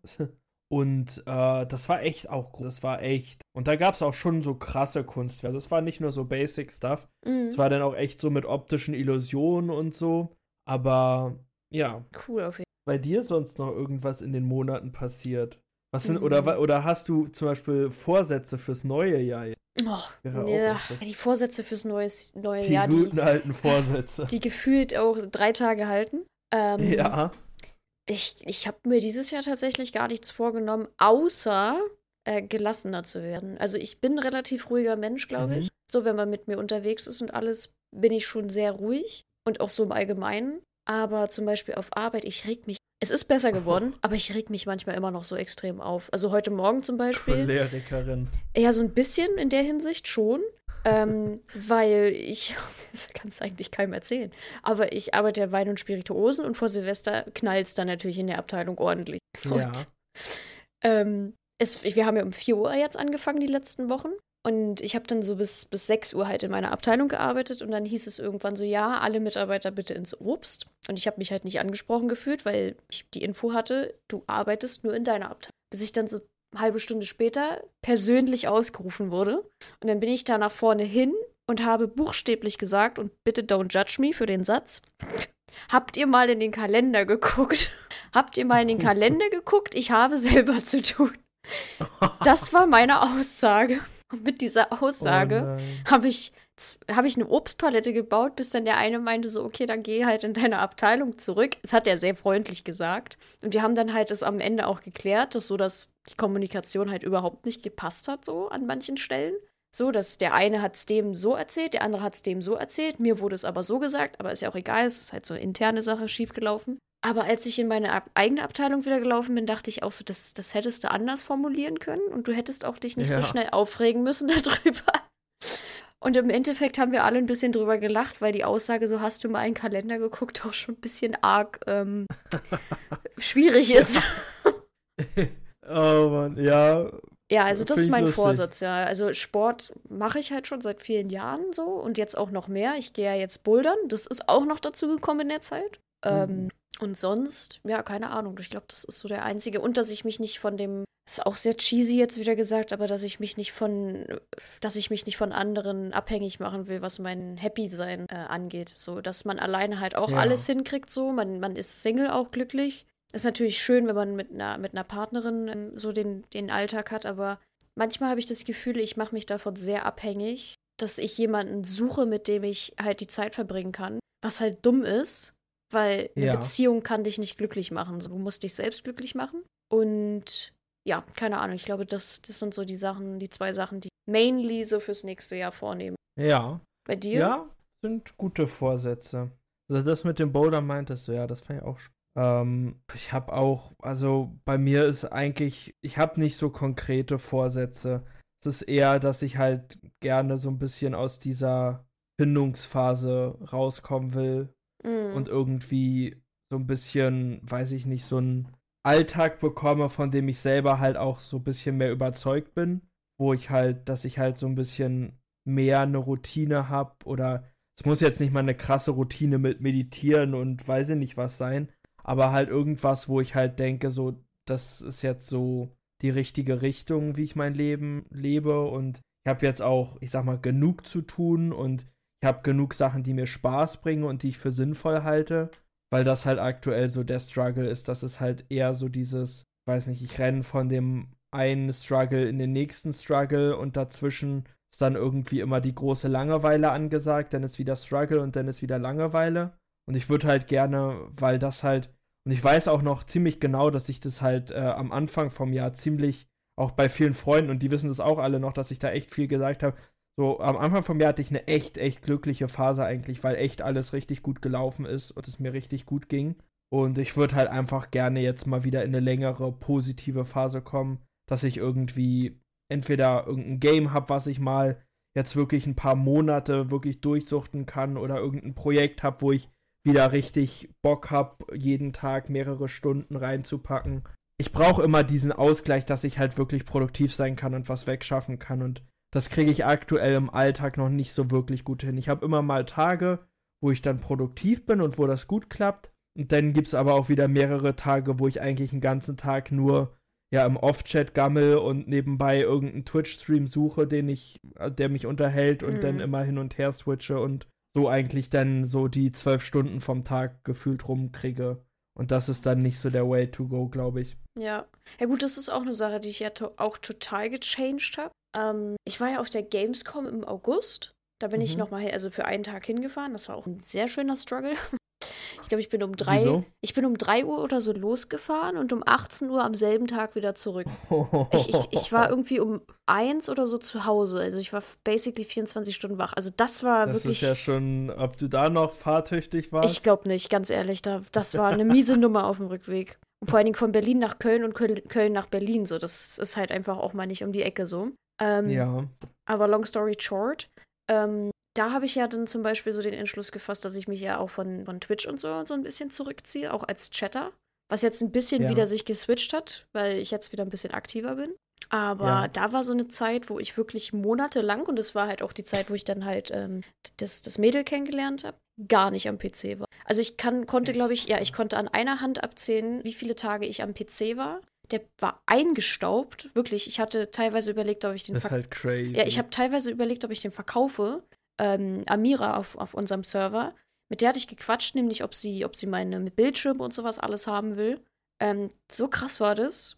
Und äh, das war echt auch groß. Das war echt. Und da gab es auch schon so krasse Kunstwerke. Das war nicht nur so Basic Stuff. Mhm. Es war dann auch echt so mit optischen Illusionen und so. Aber ja. Cool auf jeden Bei dir sonst noch irgendwas in den Monaten passiert? Was sind, Mhm. oder, oder hast du zum Beispiel Vorsätze fürs neue Jahr? Oh, Wäre auch ja, interessant. die Vorsätze fürs neues, neue Die Jahr, die, guten alten Vorsätze. die gefühlt auch drei Tage halten. Ähm, Ja. Ich, ich habe mir dieses Jahr tatsächlich gar nichts vorgenommen, außer äh, gelassener zu werden. Also ich bin ein relativ ruhiger Mensch, glaube Mhm. ich. So, wenn man mit mir unterwegs ist und alles, bin ich schon sehr ruhig und auch so im Allgemeinen. Aber zum Beispiel auf Arbeit, ich reg mich. Es ist besser geworden, aber ich reg mich manchmal immer noch so extrem auf. Also heute Morgen zum Beispiel. Cholerikerin. Ja, so ein bisschen in der Hinsicht schon. ähm, weil ich, das kannst du eigentlich keinem erzählen, aber ich arbeite ja Wein und Spirituosen und vor Silvester knallt es dann natürlich in der Abteilung ordentlich. Ja. Und ähm, es, wir haben ja um vier Uhr jetzt angefangen, die letzten Wochen. Und ich habe dann so bis, bis sechs Uhr halt in meiner Abteilung gearbeitet und dann hieß es irgendwann so, ja, alle Mitarbeiter bitte ins Obst. Und ich habe mich halt nicht angesprochen gefühlt, weil ich die Info hatte, du arbeitest nur in deiner Abteilung. Bis ich dann so eine halbe Stunde später persönlich ausgerufen wurde. Und dann bin ich da nach vorne hin und habe buchstäblich gesagt, und bitte don't judge me für den Satz, habt ihr mal in den Kalender geguckt? Habt ihr mal in den Kalender geguckt? Ich habe selber zu tun. Das war meine Aussage. Und mit dieser Aussage Oh habe ich, hab ich eine Obstpalette gebaut, bis dann der eine meinte so, okay, dann geh halt in deine Abteilung zurück. Das hat er sehr freundlich gesagt. Und wir haben dann halt das am Ende auch geklärt, dass so, dass die Kommunikation halt überhaupt nicht gepasst hat, so an manchen Stellen. So, dass der eine hat es dem so erzählt, der andere hat es dem so erzählt. Mir wurde es aber so gesagt, aber ist ja auch egal, es ist halt so eine interne Sache schiefgelaufen. Aber als ich in meine ab- eigene Abteilung wieder gelaufen bin, dachte ich auch so, das, das hättest du anders formulieren können und du hättest auch dich nicht Ja. so schnell aufregen müssen darüber. Und im Endeffekt haben wir alle ein bisschen drüber gelacht, weil die Aussage, so hast du mal einen Kalender geguckt, auch schon ein bisschen arg ähm, schwierig ist. Oh Mann, ja. Ja, also das Find ist ich mein lustig. Vorsatz, ja. Also Sport mache ich halt schon seit vielen Jahren so und jetzt auch noch mehr. Ich gehe ja jetzt bouldern, das ist auch noch dazu gekommen in der Zeit. Ähm, und sonst, ja, keine Ahnung. Ich glaube, das ist so der einzige. Und dass ich mich nicht von dem, ist auch sehr cheesy jetzt wieder gesagt, aber dass ich mich nicht von, dass ich mich nicht von anderen abhängig machen will, was mein Happy-Sein äh, angeht. So, dass man alleine halt auch Ja. alles hinkriegt, so. Man, man ist Single auch glücklich. Ist natürlich schön, wenn man mit einer, mit einer Partnerin ähm, so den, den Alltag hat, aber manchmal habe ich das Gefühl, ich mache mich davon sehr abhängig, dass ich jemanden suche, mit dem ich halt die Zeit verbringen kann. Was halt dumm ist, weil eine Ja. Beziehung kann dich nicht glücklich machen. So, du musst dich selbst glücklich machen. Und ja, keine Ahnung, ich glaube, das, das sind so die Sachen, die zwei Sachen, die ich mainly so fürs nächste Jahr vornehmen. Ja. Bei dir? Ja, sind gute Vorsätze. Also das mit dem Boulder meintest du, ja, das fand ich auch spannend. Ähm, ich habe auch, also bei mir ist eigentlich, ich habe nicht so konkrete Vorsätze. Es ist eher, dass ich halt gerne so ein bisschen aus dieser Findungsphase rauskommen will Mhm. und irgendwie so ein bisschen, weiß ich nicht, so einen Alltag bekomme, von dem ich selber halt auch so ein bisschen mehr überzeugt bin, wo ich halt, dass ich halt so ein bisschen mehr eine Routine habe oder es muss jetzt nicht mal eine krasse Routine mit Meditieren und weiß ich nicht was sein, aber halt irgendwas, wo ich halt denke, so, das ist jetzt so die richtige Richtung, wie ich mein Leben lebe und ich habe jetzt auch, ich sag mal, genug zu tun und ich habe genug Sachen, die mir Spaß bringen und die ich für sinnvoll halte, weil das halt aktuell so der Struggle ist, dass es halt eher so dieses, weiß nicht, ich renne von dem einen Struggle in den nächsten Struggle und dazwischen ist dann irgendwie immer die große Langeweile angesagt, dann ist wieder Struggle und dann ist wieder Langeweile und ich würde halt gerne, weil das halt, und ich weiß auch noch ziemlich genau, dass ich das halt äh, am Anfang vom Jahr ziemlich auch bei vielen Freunden, und die wissen das auch alle noch, dass ich da echt viel gesagt habe. So, am Anfang von mir hatte ich eine echt, echt glückliche Phase eigentlich, weil echt alles richtig gut gelaufen ist und es mir richtig gut ging. Und ich würde halt einfach gerne jetzt mal wieder in eine längere, positive Phase kommen, dass ich irgendwie entweder irgendein Game habe, was ich mal jetzt wirklich ein paar Monate wirklich durchsuchten kann, oder irgendein Projekt habe, wo ich wieder richtig Bock habe, jeden Tag mehrere Stunden reinzupacken. Ich brauche immer diesen Ausgleich, dass ich halt wirklich produktiv sein kann und was wegschaffen kann, und das kriege ich aktuell im Alltag noch nicht so wirklich gut hin. Ich habe immer mal Tage, wo ich dann produktiv bin und wo das gut klappt. Und dann gibt es aber auch wieder mehrere Tage, wo ich eigentlich den ganzen Tag nur ja im Off-Chat gammel und nebenbei irgendeinen Twitch-Stream suche, den ich, der mich unterhält, und mhm. dann immer hin und her switche und so eigentlich dann so die zwölf Stunden vom Tag gefühlt rumkriege. Und das ist dann nicht so der Way to go, glaube ich. Ja. Ja gut, das ist auch eine Sache, die ich ja to- auch total gechanged habe. Ähm, ich war ja auf der Gamescom im August. Da bin mhm. ich nochmal, also für einen Tag hingefahren. Das war auch ein sehr schöner Struggle. Ich glaube, ich bin um drei, Wieso? ich bin um drei Uhr oder so losgefahren und um achtzehn Uhr am selben Tag wieder zurück. Ich, ich, ich war irgendwie um eins oder so zu Hause. Also ich war basically vierundzwanzig Stunden wach. Also das war das wirklich... Das ist ja schon, ob du da noch fahrtüchtig warst? Ich glaube nicht, ganz ehrlich. Da, das war eine miese Nummer auf dem Rückweg. Und vor allen Dingen von Berlin nach Köln und Köln, Köln nach Berlin. So, das ist halt einfach auch mal nicht um die Ecke so. Ähm, ja. Aber long story short, ähm, da habe ich ja dann zum Beispiel so den Entschluss gefasst, dass ich mich ja auch von, von Twitch und so, so ein bisschen zurückziehe, auch als Chatter. Was jetzt ein bisschen ja. wieder sich geswitcht hat, weil ich jetzt wieder ein bisschen aktiver bin. Aber ja. da war so eine Zeit, wo ich wirklich monatelang, und das war halt auch die Zeit, wo ich dann halt ähm, das, das Mädel kennengelernt habe, gar nicht am P C war. Also ich kann, konnte, glaube ich, ja, ich konnte an einer Hand abzählen, wie viele Tage ich am P C war. Der war eingestaubt, wirklich. Ich hatte teilweise überlegt, ob ich den Das ist ver- halt crazy. Ja, ich habe teilweise überlegt, ob ich den verkaufe. Ähm, Amira auf, auf unserem Server. Mit der hatte ich gequatscht, nämlich ob sie, ob sie meine mit Bildschirm und sowas alles haben will. Ähm, so krass war das.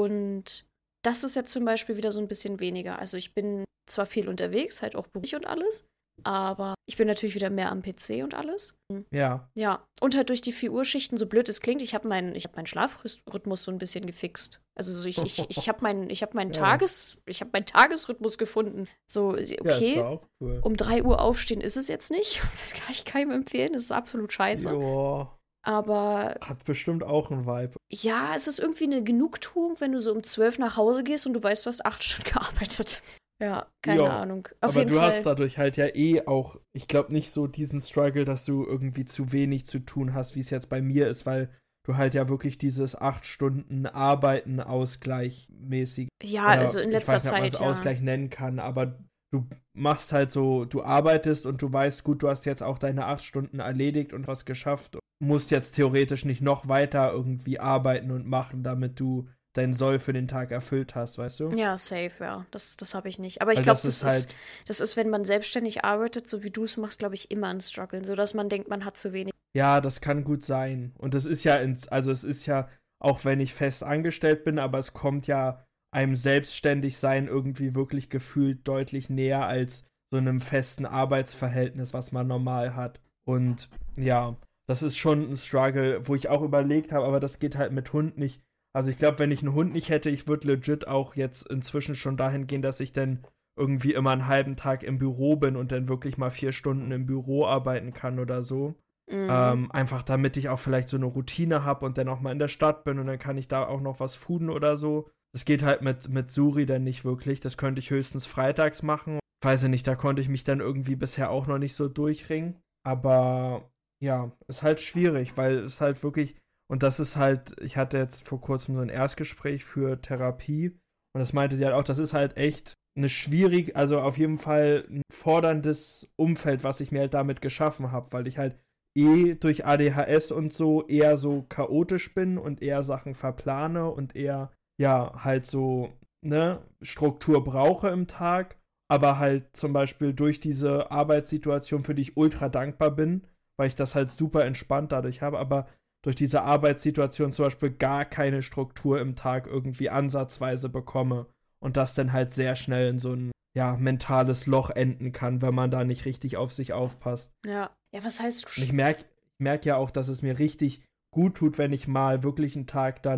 Und das ist jetzt zum Beispiel wieder so ein bisschen weniger. Also ich bin zwar viel unterwegs, halt auch beruflich und alles, aber ich bin natürlich wieder mehr am P C und alles. Ja. Ja, und halt durch die vier Uhr Schichten, so blöd es klingt, ich habe meinen ich hab meinen Schlafrhythmus so ein bisschen gefixt. Also so ich, ich, ich habe meinen ich hab meinen ja. Tages ich habe meinen Tagesrhythmus gefunden. So okay, ja, ist auch cool. Um drei Uhr aufstehen ist es jetzt nicht. Das kann ich keinem empfehlen, das ist absolut scheiße. Joa. Aber hat bestimmt auch einen Vibe. Ja, es ist irgendwie eine Genugtuung, wenn du so um zwölf nach Hause gehst und du weißt, du hast acht Stunden gearbeitet. Ja, keine jo, Ahnung. Auf aber jeden du Fall. hast dadurch halt ja eh auch, ich glaube nicht so diesen Struggle, dass du irgendwie zu wenig zu tun hast, wie es jetzt bei mir ist, weil du halt ja wirklich dieses acht Stunden Arbeiten ausgleichmäßig. Ja, also in letzter ich weiß nicht, ob man Zeit, es ja. Ausgleich nennen kann, aber du machst halt so, du arbeitest und du weißt, gut, du hast jetzt auch deine acht Stunden erledigt und was geschafft. Du musst jetzt theoretisch nicht noch weiter irgendwie arbeiten und machen, damit du dein Soll für den Tag erfüllt hast, weißt du? Ja, safe, ja. Das, das habe ich nicht. Aber ich Also glaube, das das, ist ist, halt- das ist, wenn man selbstständig arbeitet, so wie du es machst, glaube ich, immer ein Struggle. So dass man denkt, man hat zu wenig. Ja, das kann gut sein. Und das ist ja ins, also es ist ja, auch wenn ich fest angestellt bin, aber es kommt ja einem Selbstständigsein irgendwie wirklich gefühlt deutlich näher als so einem festen Arbeitsverhältnis, was man normal hat. Und ja, das ist schon ein Struggle, wo ich auch überlegt habe, aber das geht halt mit Hund nicht. Also ich glaube, wenn ich einen Hund nicht hätte, ich würde legit auch jetzt inzwischen schon dahin gehen, dass ich dann irgendwie immer einen halben Tag im Büro bin und dann wirklich mal vier Stunden im Büro arbeiten kann oder so. Mhm. Ähm, einfach damit ich auch vielleicht so eine Routine habe und dann auch mal in der Stadt bin und dann kann ich da auch noch was fooden oder so. Das geht halt mit, mit Suri dann nicht wirklich. Das könnte ich höchstens freitags machen. Weiß ich nicht, da konnte ich mich dann irgendwie bisher auch noch nicht so durchringen. Aber ja, ist halt schwierig, weil es halt wirklich, und das ist halt, ich hatte jetzt vor kurzem so ein Erstgespräch für Therapie und das meinte sie halt auch, das ist halt echt eine schwierig, also auf jeden Fall ein forderndes Umfeld, was ich mir halt damit geschaffen habe, weil ich halt eh durch A D H S und so eher so chaotisch bin und eher Sachen verplane und eher, ja, halt so, ne, Struktur brauche im Tag, aber halt zum Beispiel durch diese Arbeitssituation, für die ich ultra dankbar bin, weil ich das halt super entspannt dadurch habe, aber durch diese Arbeitssituation zum Beispiel gar keine Struktur im Tag irgendwie ansatzweise bekomme und das dann halt sehr schnell in so ein, ja, mentales Loch enden kann, wenn man da nicht richtig auf sich aufpasst. Ja. Ja, was heißt... Und ich merke merk ja auch, dass es mir richtig gut tut, wenn ich mal wirklich einen Tag dann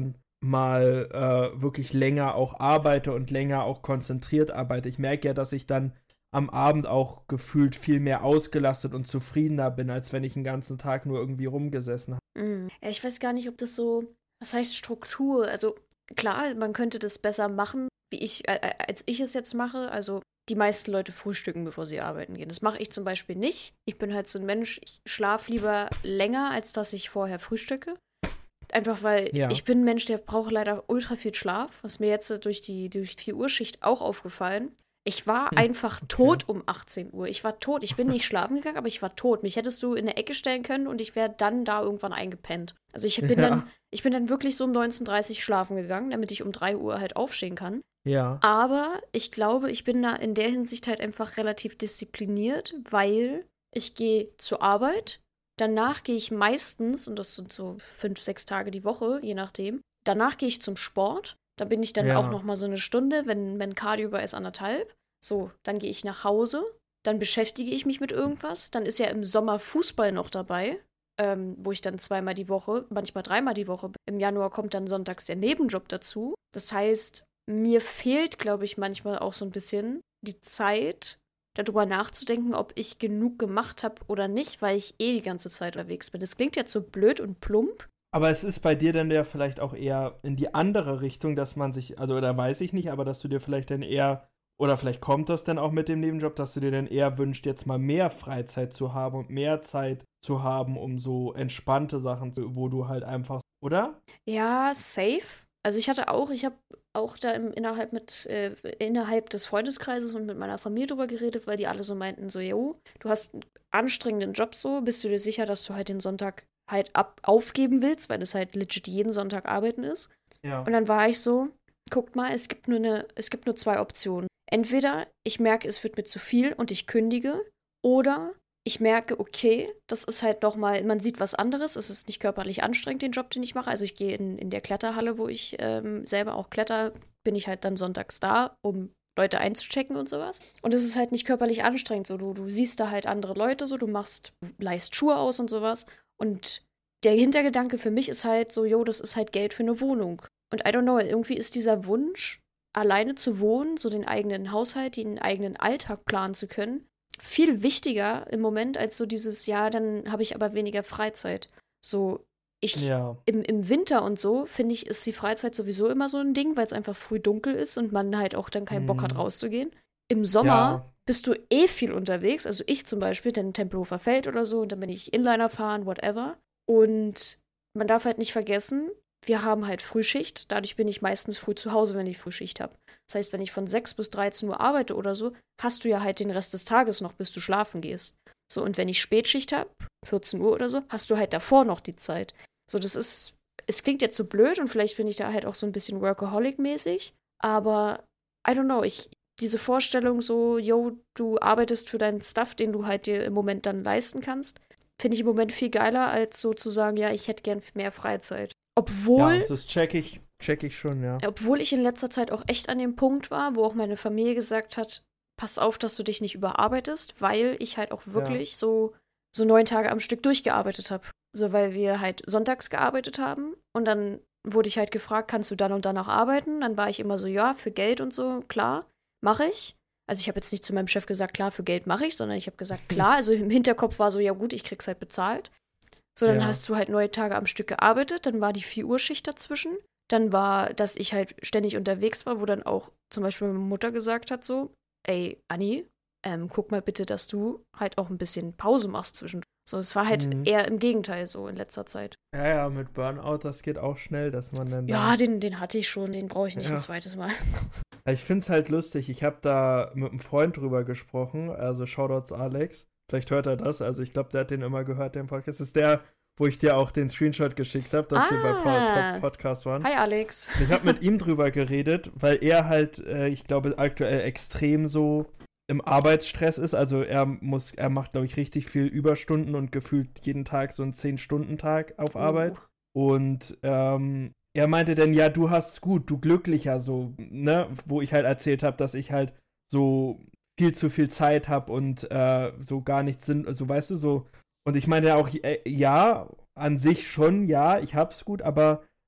mal äh, wirklich länger auch arbeite und länger auch konzentriert arbeite. Ich merke ja, dass ich dann am Abend auch gefühlt viel mehr ausgelastet und zufriedener bin, als wenn ich den ganzen Tag nur irgendwie rumgesessen habe. Mm. Ja, ich weiß gar nicht, ob das so, was heißt Struktur? Also klar, man könnte das besser machen, wie ich, äh, als ich es jetzt mache. Also die meisten Leute frühstücken, bevor sie arbeiten gehen. Das mache ich zum Beispiel nicht. Ich bin halt so ein Mensch, ich schlafe lieber länger, als dass ich vorher frühstücke. Einfach weil Ja. ich bin ein Mensch, der braucht leider ultra viel Schlaf. Was mir jetzt durch die, durch die vier Uhr Schicht auch aufgefallen. Ich war Hm, einfach okay. tot um achtzehn Uhr. Ich war tot. Ich bin nicht schlafen gegangen, aber ich war tot. Mich hättest du in eine Ecke stellen können und ich wäre dann da irgendwann eingepennt. Also ich bin, Ja. dann, ich bin dann wirklich so um neunzehn Uhr dreißig schlafen gegangen, damit ich um drei Uhr halt aufstehen kann. Ja. Aber ich glaube, ich bin da in der Hinsicht halt einfach relativ diszipliniert, weil ich gehe zur Arbeit, danach gehe ich meistens, und das sind so fünf, sechs Tage die Woche, je nachdem, danach gehe ich zum Sport, da bin ich dann Ja. auch noch mal so eine Stunde, wenn, wenn Cardio über ist, anderthalb. So, dann gehe ich nach Hause, dann beschäftige ich mich mit irgendwas, dann ist ja im Sommer Fußball noch dabei, ähm, wo ich dann zweimal die Woche, manchmal dreimal die Woche bin. Im Januar kommt dann sonntags der Nebenjob dazu. Das heißt, mir fehlt, glaube ich, manchmal auch so ein bisschen die Zeit, darüber nachzudenken, ob ich genug gemacht habe oder nicht, weil ich eh die ganze Zeit unterwegs bin. Das klingt jetzt so blöd und plump. Aber es ist bei dir dann ja vielleicht auch eher in die andere Richtung, dass man sich, also oder weiß ich nicht, aber dass du dir vielleicht dann eher, oder vielleicht kommt das dann auch mit dem Nebenjob, dass du dir dann eher wünschst, jetzt mal mehr Freizeit zu haben und mehr Zeit zu haben, um so entspannte Sachen, zu, wo du halt einfach, oder? Ja, safe. Also ich hatte auch, ich habe auch da im, innerhalb mit äh, innerhalb des Freundeskreises und mit meiner Familie drüber geredet, weil die alle so meinten, so, jo, du hast einen anstrengenden Job so, bist du dir sicher, dass du halt den Sonntag halt ab aufgeben willst, weil das halt legit jeden Sonntag arbeiten ist. Ja. Und dann war ich so, guckt mal, es gibt nur eine, es gibt nur zwei Optionen. Entweder ich merke, es wird mir zu viel und ich kündige, oder ich merke, okay, das ist halt nochmal, man sieht was anderes, es ist nicht körperlich anstrengend, den Job, den ich mache. Also ich gehe in, in der Kletterhalle, wo ich ähm, selber auch kletter, bin ich halt dann sonntags da, um Leute einzuchecken und sowas. Und es ist halt nicht körperlich anstrengend, so du, du siehst da halt andere Leute, so du machst, du leihst Schuhe aus und sowas. Und der Hintergedanke für mich ist halt so, jo, das ist halt Geld für eine Wohnung. Und I don't know, irgendwie ist dieser Wunsch, alleine zu wohnen, so den eigenen Haushalt, den eigenen Alltag planen zu können, viel wichtiger im Moment als so dieses, ja, dann habe ich aber weniger Freizeit. So, ich, Ja. im, im Winter und so, finde ich, ist die Freizeit sowieso immer so ein Ding, weil es einfach früh dunkel ist und man halt auch dann keinen Bock hat, Mhm. rauszugehen. Im Sommer Ja. bist du eh viel unterwegs, also ich zum Beispiel, denn Tempelhofer Feld oder so, und dann bin ich Inliner fahren, whatever. Und man darf halt nicht vergessen, wir haben halt Frühschicht, dadurch bin ich meistens früh zu Hause, wenn ich Frühschicht habe. Das heißt, wenn ich von sechs bis dreizehn Uhr arbeite oder so, hast du ja halt den Rest des Tages noch, bis du schlafen gehst. So, und wenn ich Spätschicht habe, vierzehn Uhr oder so, hast du halt davor noch die Zeit. So, das ist, es klingt jetzt so blöd und vielleicht bin ich da halt auch so ein bisschen Workaholic-mäßig, aber I don't know, ich, diese Vorstellung so, yo, du arbeitest für deinen Stuff, den du halt dir im Moment dann leisten kannst, finde ich im Moment viel geiler, als so zu sagen, ja, ich hätte gern mehr Freizeit. Obwohl, Ja, das check ich, check ich schon, ja. obwohl ich in letzter Zeit auch echt an dem Punkt war, wo auch meine Familie gesagt hat, pass auf, dass du dich nicht überarbeitest, weil ich halt auch wirklich ja. so, so neun Tage am Stück durchgearbeitet habe. So, weil wir halt sonntags gearbeitet haben und dann wurde ich halt gefragt, kannst du dann und dann auch arbeiten? Dann war ich immer so, ja, für Geld und so, klar, mache ich. Also ich habe jetzt nicht zu meinem Chef gesagt, klar, für Geld mache ich, sondern ich habe gesagt, klar, also im Hinterkopf war so, ja gut, ich krieg's halt bezahlt. So, dann Ja. hast du halt neun Tage am Stück gearbeitet, dann war die vier Uhr Schicht dazwischen. Dann war, dass ich halt ständig unterwegs war, wo dann auch zum Beispiel meine Mutter gesagt hat so, ey, Anni, ähm, guck mal bitte, dass du halt auch ein bisschen Pause machst zwischendurch. So, es war halt Mhm. eher im Gegenteil so in letzter Zeit. Ja, ja, mit Burnout, das geht auch schnell, dass man dann. Ja, dann den, den hatte ich schon, den brauche ich nicht Ja. ein zweites Mal. Ich find's halt lustig. Ich habe da mit einem Freund drüber gesprochen, also Shoutouts Alex. Vielleicht hört er das, also ich glaube, der hat den immer gehört, den Podcast. Das ist der, wo ich dir auch den Screenshot geschickt habe, dass Ah. wir bei Pod- Pod- Podcast waren. Hi Alex. Ich habe mit ihm drüber geredet, weil er halt, äh, ich glaube, aktuell extrem so im Arbeitsstress ist. Also er muss, er macht, glaube ich, richtig viel Überstunden und gefühlt jeden Tag so einen zehn-Stunden-Tag auf Arbeit. Uh. Und ähm, er meinte dann, ja, du hast's gut, du glücklicher, so, ne, wo ich halt erzählt habe, dass ich halt so viel zu viel Zeit habe und äh, so gar nichts Sinn, also weißt du, so. Und ich meine ja auch, äh, ja, an sich schon, ja, ich hab's gut, aber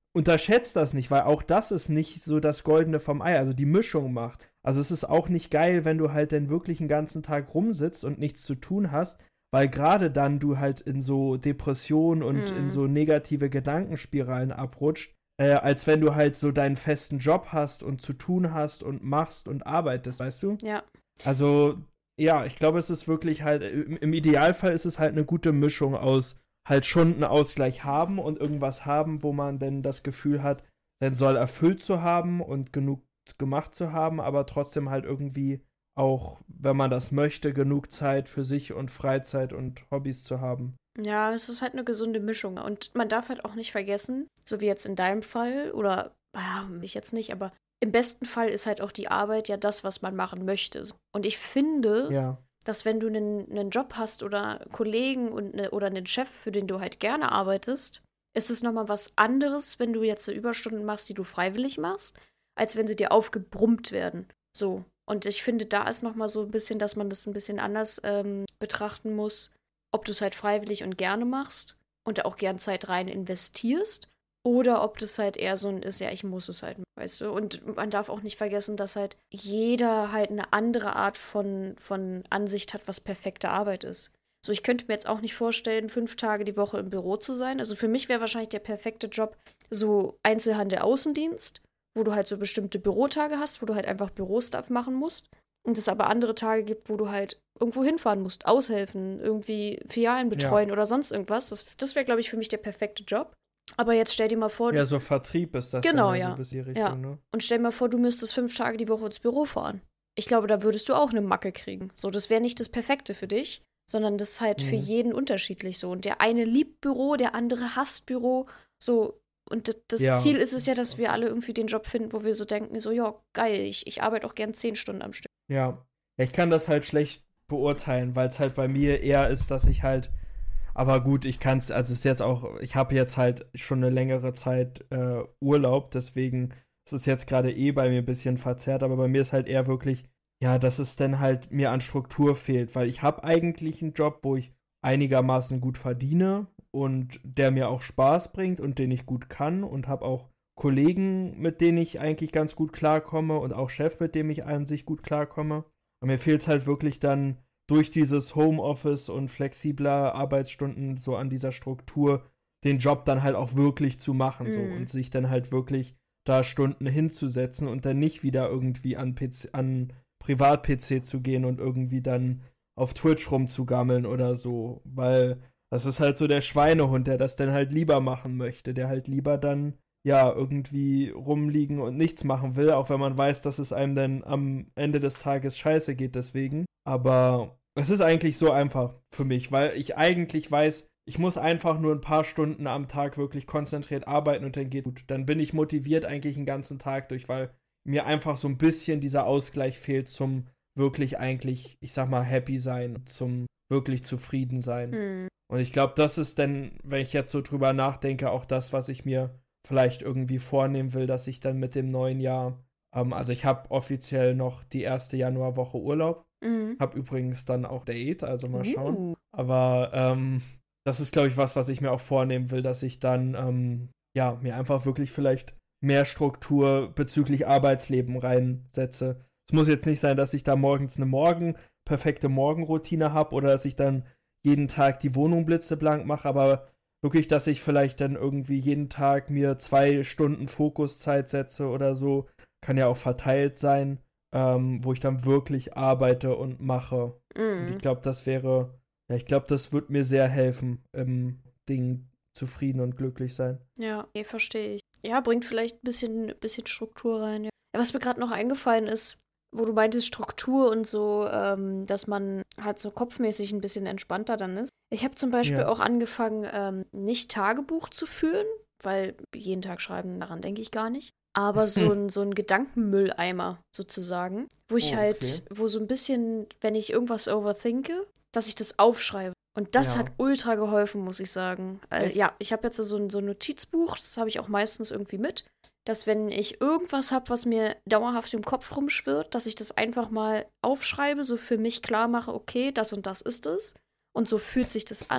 unterschätzt das nicht, weil auch das ist nicht so das Goldene vom Ei, also die Mischung macht. Also es ist auch nicht geil, wenn du halt dann wirklich den ganzen Tag rumsitzt und nichts zu tun hast, weil gerade dann du halt in so Depressionen und Mhm. in so negative Gedankenspiralen abrutscht, äh, als wenn du halt so deinen festen Job hast und zu tun hast und machst und arbeitest, weißt du? Ja. Also, ja, ich glaube, es ist wirklich halt, im, im Idealfall ist es halt eine gute Mischung aus halt schon einen Ausgleich haben und irgendwas haben, wo man dann das Gefühl hat, sein Soll erfüllt zu haben und genug gemacht zu haben, aber trotzdem halt irgendwie auch, wenn man das möchte, genug Zeit für sich und Freizeit und Hobbys zu haben. Ja, es ist halt eine gesunde Mischung. Und man darf halt auch nicht vergessen, so wie jetzt in deinem Fall, oder, ja, ich jetzt nicht, aber im besten Fall ist halt auch die Arbeit ja das, was man machen möchte. Und ich finde, Ja. dass wenn du einen, einen Job hast oder Kollegen und ne, oder einen Chef, für den du halt gerne arbeitest, ist es nochmal was anderes, wenn du jetzt so Überstunden machst, die du freiwillig machst, als wenn sie dir aufgebrummt werden. So. Und ich finde, da ist nochmal so ein bisschen, dass man das ein bisschen anders ähm, betrachten muss, ob du es halt freiwillig und gerne machst und da auch gern Zeit rein investierst oder ob das halt eher so ein ist, ja, ich muss es halt, weißt du. Und man darf auch nicht vergessen, dass halt jeder halt eine andere Art von, von Ansicht hat, was perfekte Arbeit ist. So, ich könnte mir jetzt auch nicht vorstellen, fünf Tage die Woche im Büro zu sein. Also für mich wäre wahrscheinlich der perfekte Job so Einzelhandel Außendienst, wo du halt so bestimmte Bürotage hast, wo du halt einfach Bürostuff machen musst. Und es aber andere Tage gibt, wo du halt irgendwo hinfahren musst, aushelfen, irgendwie Filialen betreuen Ja. oder sonst irgendwas. Das, das wäre, glaube ich, für mich der perfekte Job. Aber jetzt stell dir mal vor, Ja, du, so Vertrieb ist das Genau, dann ja ja. so ein bisschen die Richtung, ja. ne? Und stell dir mal vor, du müsstest fünf Tage die Woche ins Büro fahren. Ich glaube, da würdest du auch eine Macke kriegen. So, das wäre nicht das Perfekte für dich, sondern das ist halt für Mhm. jeden unterschiedlich so. Und der eine liebt Büro, der andere hasst Büro. So, und d- das Ja. Ziel ist es ja, dass wir alle irgendwie den Job finden, wo wir so denken, so, ja, geil, ich, ich arbeite auch gern zehn Stunden am Stück. Ja. Ja, ich kann das halt schlecht beurteilen, weil es halt bei mir eher ist, dass ich halt, aber gut, ich kann es, also es ist jetzt auch, ich habe jetzt halt schon eine längere Zeit äh, Urlaub, deswegen ist es jetzt gerade eh bei mir ein bisschen verzerrt, aber bei mir ist halt eher wirklich, ja, dass es dann halt mir an Struktur fehlt, weil ich habe eigentlich einen Job, wo ich einigermaßen gut verdiene und der mir auch Spaß bringt und den ich gut kann und habe auch Kollegen, mit denen ich eigentlich ganz gut klarkomme und auch Chef, mit dem ich an sich gut klarkomme. Und mir fehlt es halt wirklich dann durch dieses Homeoffice und flexibler Arbeitsstunden so an dieser Struktur, den Job dann halt auch wirklich zu machen so Mhm. und sich dann halt wirklich da Stunden hinzusetzen und dann nicht wieder irgendwie an P C, an Privat-P C zu gehen und irgendwie dann auf Twitch rumzugammeln oder so, weil das ist halt so der Schweinehund, der das dann halt lieber machen möchte, der halt lieber dann ja irgendwie rumliegen und nichts machen will, auch wenn man weiß, dass es einem dann am Ende des Tages scheiße geht deswegen. Aber es ist eigentlich so einfach für mich, weil ich eigentlich weiß, ich muss einfach nur ein paar Stunden am Tag wirklich konzentriert arbeiten und dann geht gut. Dann bin ich motiviert eigentlich den ganzen Tag durch, weil mir einfach so ein bisschen dieser Ausgleich fehlt zum wirklich eigentlich, ich sag mal, happy sein, zum wirklich zufrieden sein. Mhm. Und ich glaube, das ist dann, wenn ich jetzt so drüber nachdenke, auch das, was ich mir vielleicht irgendwie vornehmen will, dass ich dann mit dem neuen Jahr, ähm, also ich habe offiziell noch die erste Januarwoche Urlaub, Mhm. habe übrigens dann auch Date, also mal schauen. Uh. Aber ähm, das ist, glaube ich, was, was ich mir auch vornehmen will, dass ich dann, ähm, ja, mir einfach wirklich vielleicht mehr Struktur bezüglich Arbeitsleben reinsetze. Es muss jetzt nicht sein, dass ich da morgens eine Morgen, perfekte Morgenroutine habe oder dass ich dann jeden Tag die Wohnung blitzeblank mache, aber wirklich, dass ich vielleicht dann irgendwie jeden Tag mir zwei Stunden Fokuszeit setze oder so, kann ja auch verteilt sein, ähm, wo ich dann wirklich arbeite und mache. Und ich Mhm. glaube, das wäre, ja, ich glaube, das wird mir sehr helfen, im Ding zufrieden und glücklich sein. Ja, eh, verstehe ich. Ja, bringt vielleicht ein bisschen, bisschen Struktur rein. Ja. Ja, was mir gerade noch eingefallen ist, wo du meintest Struktur und so, ähm, dass man halt so kopfmäßig ein bisschen entspannter dann ist. Ich habe zum Beispiel Ja. auch angefangen, ähm, nicht Tagebuch zu führen, weil jeden Tag schreiben, daran denke ich gar nicht. Aber so ein, so ein Gedankenmülleimer sozusagen, wo ich Oh, halt, okay. wo so ein bisschen, wenn ich irgendwas overthinke, dass ich das aufschreibe. Und das Ja. hat ultra geholfen, muss ich sagen. Äh, Echt? ja, ich habe jetzt so ein, so ein Notizbuch, das habe ich auch meistens irgendwie mit, dass wenn ich irgendwas habe, was mir dauerhaft im Kopf rumschwirrt, dass ich das einfach mal aufschreibe, so für mich klar mache, okay, das und das ist es. Und so fühlt sich das an.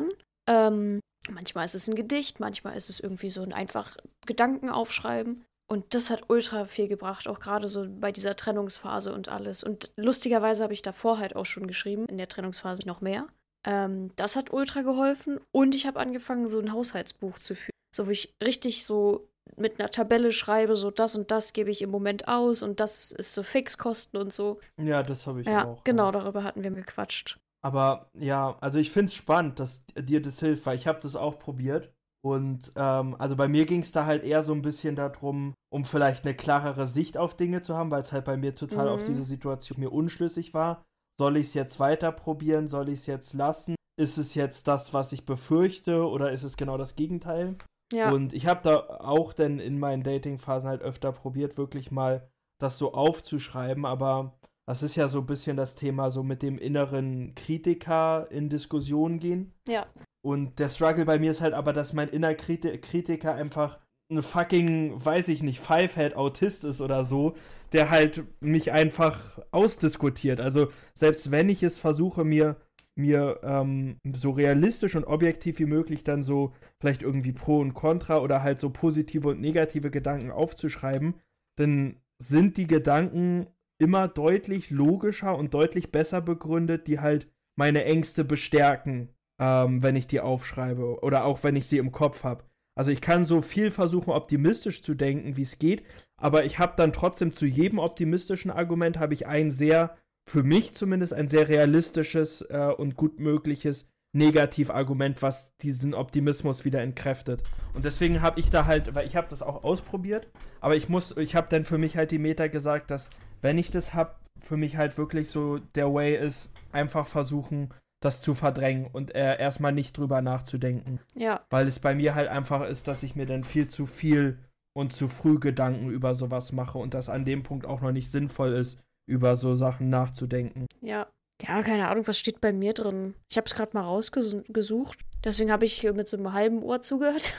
Ähm, manchmal ist es ein Gedicht, manchmal ist es irgendwie so ein einfach Gedanken aufschreiben. Und das hat ultra viel gebracht, auch gerade so bei dieser Trennungsphase und alles. Und lustigerweise habe ich davor halt auch schon geschrieben, in der Trennungsphase noch mehr. Ähm, das hat ultra geholfen. Und ich habe angefangen, so ein Haushaltsbuch zu führen. So, wo ich richtig so mit einer Tabelle schreibe, so das und das gebe ich im Moment aus und das ist so Fixkosten und so. Ja, das habe ich Ja, auch. genau, Ja. darüber hatten wir gequatscht. Aber ja, also ich finde es spannend, dass dir das hilft, weil ich habe das auch probiert. Und ähm, also bei mir ging es da halt eher so ein bisschen darum, um vielleicht eine klarere Sicht auf Dinge zu haben, weil es halt bei mir total Mhm. auf diese Situation mir unschlüssig war. Soll ich es jetzt weiter probieren? Soll ich es jetzt lassen? Ist es jetzt das, was ich befürchte, oder ist es genau das Gegenteil? Ja, Und ich habe da auch dann in meinen Dating-Phasen halt öfter probiert, wirklich mal das so aufzuschreiben, aber das ist ja so ein bisschen das Thema, so mit dem inneren Kritiker in Diskussionen gehen. ja, Und der Struggle bei mir ist halt aber, dass mein innerer Kriti- Kritiker einfach ein fucking, weiß ich nicht, Five-Head-Autist ist oder so, der halt mich einfach ausdiskutiert. Also selbst wenn ich es versuche, mir, mir ähm, so realistisch und objektiv wie möglich dann so vielleicht irgendwie Pro und Contra oder halt so positive und negative Gedanken aufzuschreiben, dann sind die Gedanken immer deutlich logischer und deutlich besser begründet, die halt meine Ängste bestärken, ähm, wenn ich die aufschreibe oder auch wenn ich sie im Kopf habe. Also ich kann so viel versuchen, optimistisch zu denken, wie es geht, aber ich habe dann trotzdem zu jedem optimistischen Argument habe ich ein sehr, für mich zumindest, ein sehr realistisches äh, und gut mögliches Negativargument, was diesen Optimismus wieder entkräftet. Und deswegen habe ich da halt, weil ich habe das auch ausprobiert, aber ich muss, ich habe dann für mich halt die Meta gesagt, dass wenn ich das habe, für mich halt wirklich so der Way ist, einfach versuchen, das zu verdrängen und äh, erstmal nicht drüber nachzudenken. ja, Weil es bei mir halt einfach ist, dass ich mir dann viel zu viel und zu früh Gedanken über sowas mache und das an dem Punkt auch noch nicht sinnvoll ist, über so Sachen nachzudenken. ja. Ja, keine Ahnung, was steht bei mir drin? Ich habe es gerade mal rausgesucht. Deswegen habe ich mit so einem halben Ohr zugehört.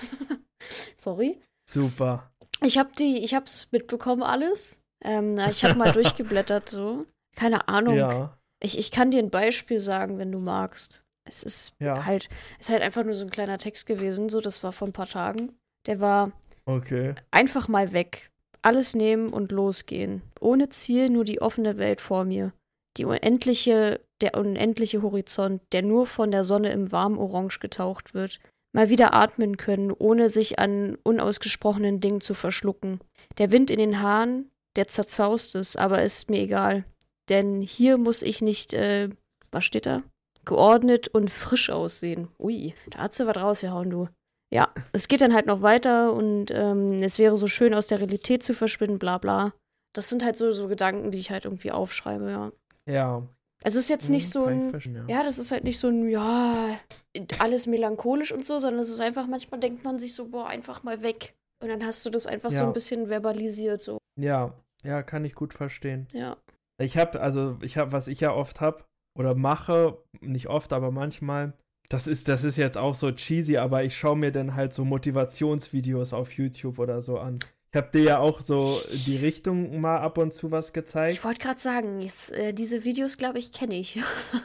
Sorry. Super. Ich habe die, ich habe es mitbekommen alles. Ähm, ich habe mal durchgeblättert so. Keine Ahnung. Ja, Ich, ich kann dir ein Beispiel sagen, wenn du magst. Es ist ja. halt, es ist halt einfach nur so ein kleiner Text gewesen, so, das war vor ein paar Tagen. Der war Okay. einfach mal weg. Alles nehmen und losgehen. Ohne Ziel, nur die offene Welt vor mir. Die unendliche, der unendliche Horizont, der nur von der Sonne im warmen Orange getaucht wird. Mal wieder atmen können, ohne sich an unausgesprochenen Dingen zu verschlucken. Der Wind in den Haaren, der zerzaust es, aber ist mir egal. Denn hier muss ich nicht, äh, was steht da? Geordnet und frisch aussehen. Ui, da hat sie was rausgehauen, du. Ja, es geht dann halt noch weiter und ähm, es wäre so schön, aus der Realität zu verschwinden, bla bla. Das sind halt so, so Gedanken, die ich halt irgendwie aufschreibe, ja. Ja. Es ist jetzt nicht Hm, so kann ich ein, verstehen, ja, das ist halt nicht so ein, ja, alles melancholisch und so, sondern es ist einfach, manchmal denkt man sich so, boah, einfach mal weg. Und dann hast du das einfach so Ja. ein bisschen verbalisiert, so. Ja, ja, kann ich gut verstehen. Ja. Ich habe, also ich habe, was ich ja oft habe oder mache, nicht oft, aber manchmal, das ist, das ist jetzt auch so cheesy, aber ich schaue mir dann halt so Motivationsvideos auf YouTube oder so an. Ich habe dir ja auch so die Richtung mal ab und zu was gezeigt. Ich wollte gerade sagen, jetzt, äh, diese Videos, glaube ich, kenne ich.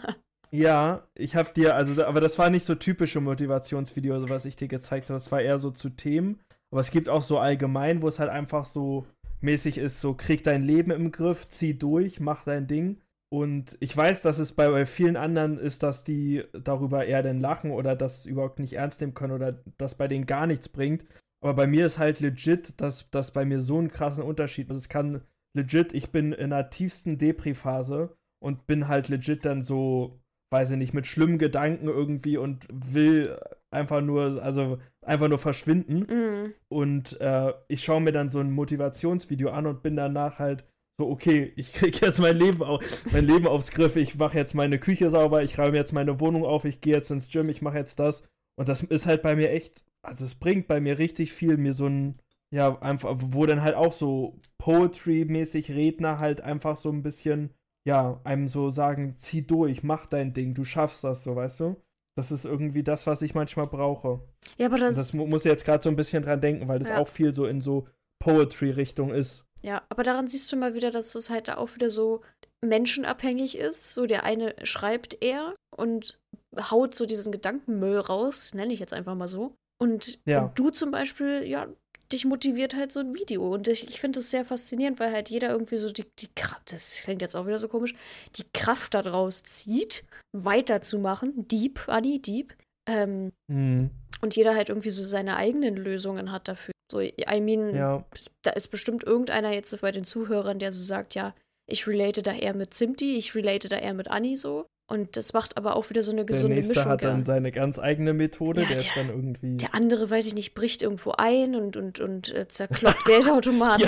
Ja, ich habe dir, also, aber das war nicht so typische Motivationsvideo, so was ich dir gezeigt habe. Das war eher so zu Themen. Aber es gibt auch so allgemein, wo es halt einfach so mäßig ist, so krieg dein Leben im Griff, zieh durch, mach dein Ding. Und ich weiß, dass es bei, bei vielen anderen ist, dass die darüber eher dann lachen oder das überhaupt nicht ernst nehmen können oder das bei denen gar nichts bringt. Aber bei mir ist halt legit, dass das bei mir so einen krassen Unterschied. Also es kann legit, ich bin in der tiefsten Depri-Phase und bin halt legit dann so, weiß ich nicht, mit schlimmen Gedanken irgendwie und will einfach nur, also einfach nur verschwinden. Mm. Und äh, ich schaue mir dann so ein Motivationsvideo an und bin danach halt so, okay, ich kriege jetzt mein Leben, auf, mein Leben aufs Griff, ich mache jetzt meine Küche sauber, ich räume jetzt meine Wohnung auf, ich gehe jetzt ins Gym, ich mache jetzt das. Und das ist halt bei mir echt, also es bringt bei mir richtig viel, mir so ein, ja, einfach, wo dann halt auch so Poetry-mäßig Redner halt einfach so ein bisschen, ja, einem so sagen, zieh durch, mach dein Ding, du schaffst das so, weißt du? Das ist irgendwie das, was ich manchmal brauche. Ja, aber das, Und das mu- muss ich jetzt gerade so ein bisschen dran denken, weil das Ja. auch viel so in so Poetry-Richtung ist. ja, aber daran siehst du mal wieder, dass das halt auch wieder so menschenabhängig ist. So der eine schreibt eher und haut so diesen Gedankenmüll raus, nenne ich jetzt einfach mal so. Und, Ja. und du zum Beispiel, ja, dich motiviert halt so ein Video. Und ich, ich finde das sehr faszinierend, weil halt jeder irgendwie so die, die Kraft, das klingt jetzt auch wieder so komisch, die Kraft daraus zieht, weiterzumachen. Deep, Anni, deep. Ähm, Mhm. und jeder halt irgendwie so seine eigenen Lösungen hat dafür. So, I mean, Ja. da ist bestimmt irgendeiner jetzt bei den Zuhörern, der so sagt, ja, ich relate da eher mit Zimti, ich relate da eher mit Anni so. Und das macht aber auch wieder so eine Der gesunde nächste Mischung. hat dann ja. seine ganz eigene Methode, Ja, der, der- ist dann irgendwie. Der andere, weiß ich nicht, bricht irgendwo ein und, und, und äh, zerkloppt Geldautomaten.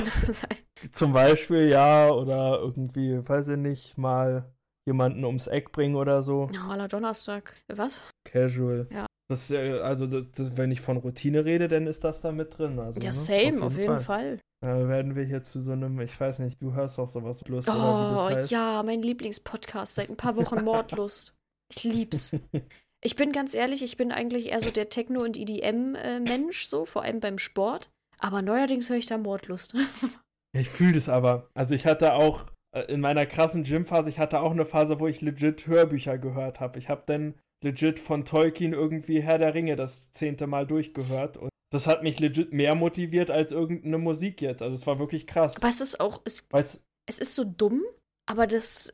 Zum Beispiel, ja, oder irgendwie, weiß ich nicht, mal jemanden ums Eck bringen oder so. Ja, aller Donnerstag. Was? Casual. Ja. Das, äh, also, das, das, wenn ich von Routine rede, dann ist das da mit drin. Also, Ja, ne? same, auf jeden, Fall. Da werden wir hier zu so einem, ich weiß nicht, du hörst auch sowas mit Lust, oder wie Oh, das heißt. ja, mein Lieblingspodcast seit ein paar Wochen Mordlust. Ich lieb's. Ich bin ganz ehrlich, ich bin eigentlich eher so der Techno- und E D M-Mensch, so, vor allem beim Sport. Aber neuerdings höre ich da Mordlust. Ich fühle das aber. Also ich hatte auch äh, in meiner krassen Gym-Phase, ich hatte auch eine Phase, wo ich legit Hörbücher gehört habe. Ich habe dann legit von Tolkien irgendwie Herr der Ringe das zehnte Mal durchgehört. Und das hat mich legit mehr motiviert als irgendeine Musik jetzt. Also es war wirklich krass. Aber es ist auch, es, Weil's, es ist so dumm, aber das,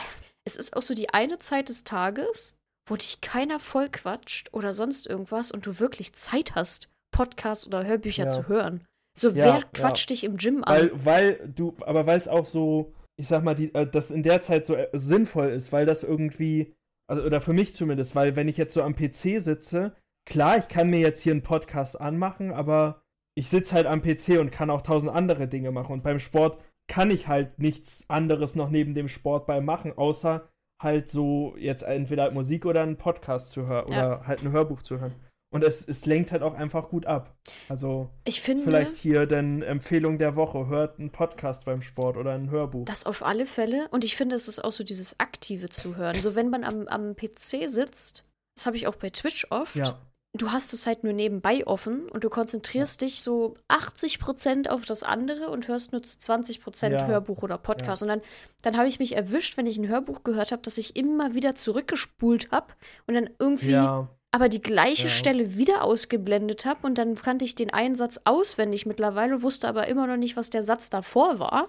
es ist auch so die eine Zeit des Tages, wo dich keiner voll quatscht oder sonst irgendwas und du wirklich Zeit hast, Podcasts oder Hörbücher Ja. zu hören. So, Ja, wer ja. quatscht dich im Gym an? weil, weil du, aber weil es auch so, ich sag mal, die, äh, das in der Zeit so äh, sinnvoll ist, weil das irgendwie, also oder für mich zumindest, weil wenn ich jetzt so am P C sitze, klar, ich kann mir jetzt hier einen Podcast anmachen, aber ich sitze halt am P C und kann auch tausend andere Dinge machen. Und beim Sport kann ich halt nichts anderes noch neben dem Sport bei machen, außer halt so jetzt entweder halt Musik oder einen Podcast zu hören Ja. oder halt ein Hörbuch zu hören. Und es, es lenkt halt auch einfach gut ab. Also Ich ist finde, vielleicht hier dann Empfehlung der Woche. Hört einen Podcast beim Sport oder ein Hörbuch. das auf alle Fälle. Und ich finde, es ist auch so dieses aktive Zuhören. So, wenn man am, am P C sitzt, das habe ich auch bei Twitch oft. Ja, Du hast es halt nur nebenbei offen und du konzentrierst dich so achtzig Prozent auf das andere und hörst nur zu zwanzig Prozent Ja. Hörbuch oder Podcast. Und dann, dann habe ich mich erwischt, wenn ich ein Hörbuch gehört habe, dass ich immer wieder zurückgespult habe und dann irgendwie ja, aber die gleiche Ja. Stelle wieder ausgeblendet habe und dann kannte ich den einen Satz auswendig mittlerweile, wusste aber immer noch nicht, was der Satz davor war.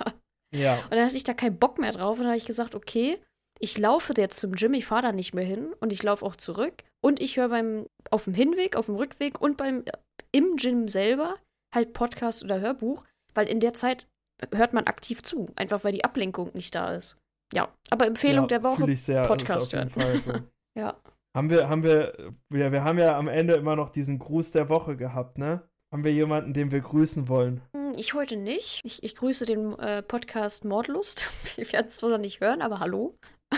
ja. Und dann hatte ich da keinen Bock mehr drauf und dann habe ich gesagt, okay, ich laufe jetzt zum Gym, ich fahre da nicht mehr hin und ich laufe auch zurück und ich höre beim auf dem Hinweg, auf dem Rückweg und beim im Gym selber halt Podcast oder Hörbuch, weil in der Zeit hört man aktiv zu, einfach weil die Ablenkung nicht da ist. Ja, aber Empfehlung ja, der Woche, fühl ich sehr, Podcast ist auf jeden Fall so. ja. Haben wir, haben wir, wir, wir haben ja am Ende immer noch diesen Gruß der Woche gehabt, ne? Haben wir jemanden, den wir grüßen wollen? Hm, Ich heute nicht. Ich, ich grüße den äh, Podcast Mordlust. Ich werde es zwar noch nicht hören, aber hallo.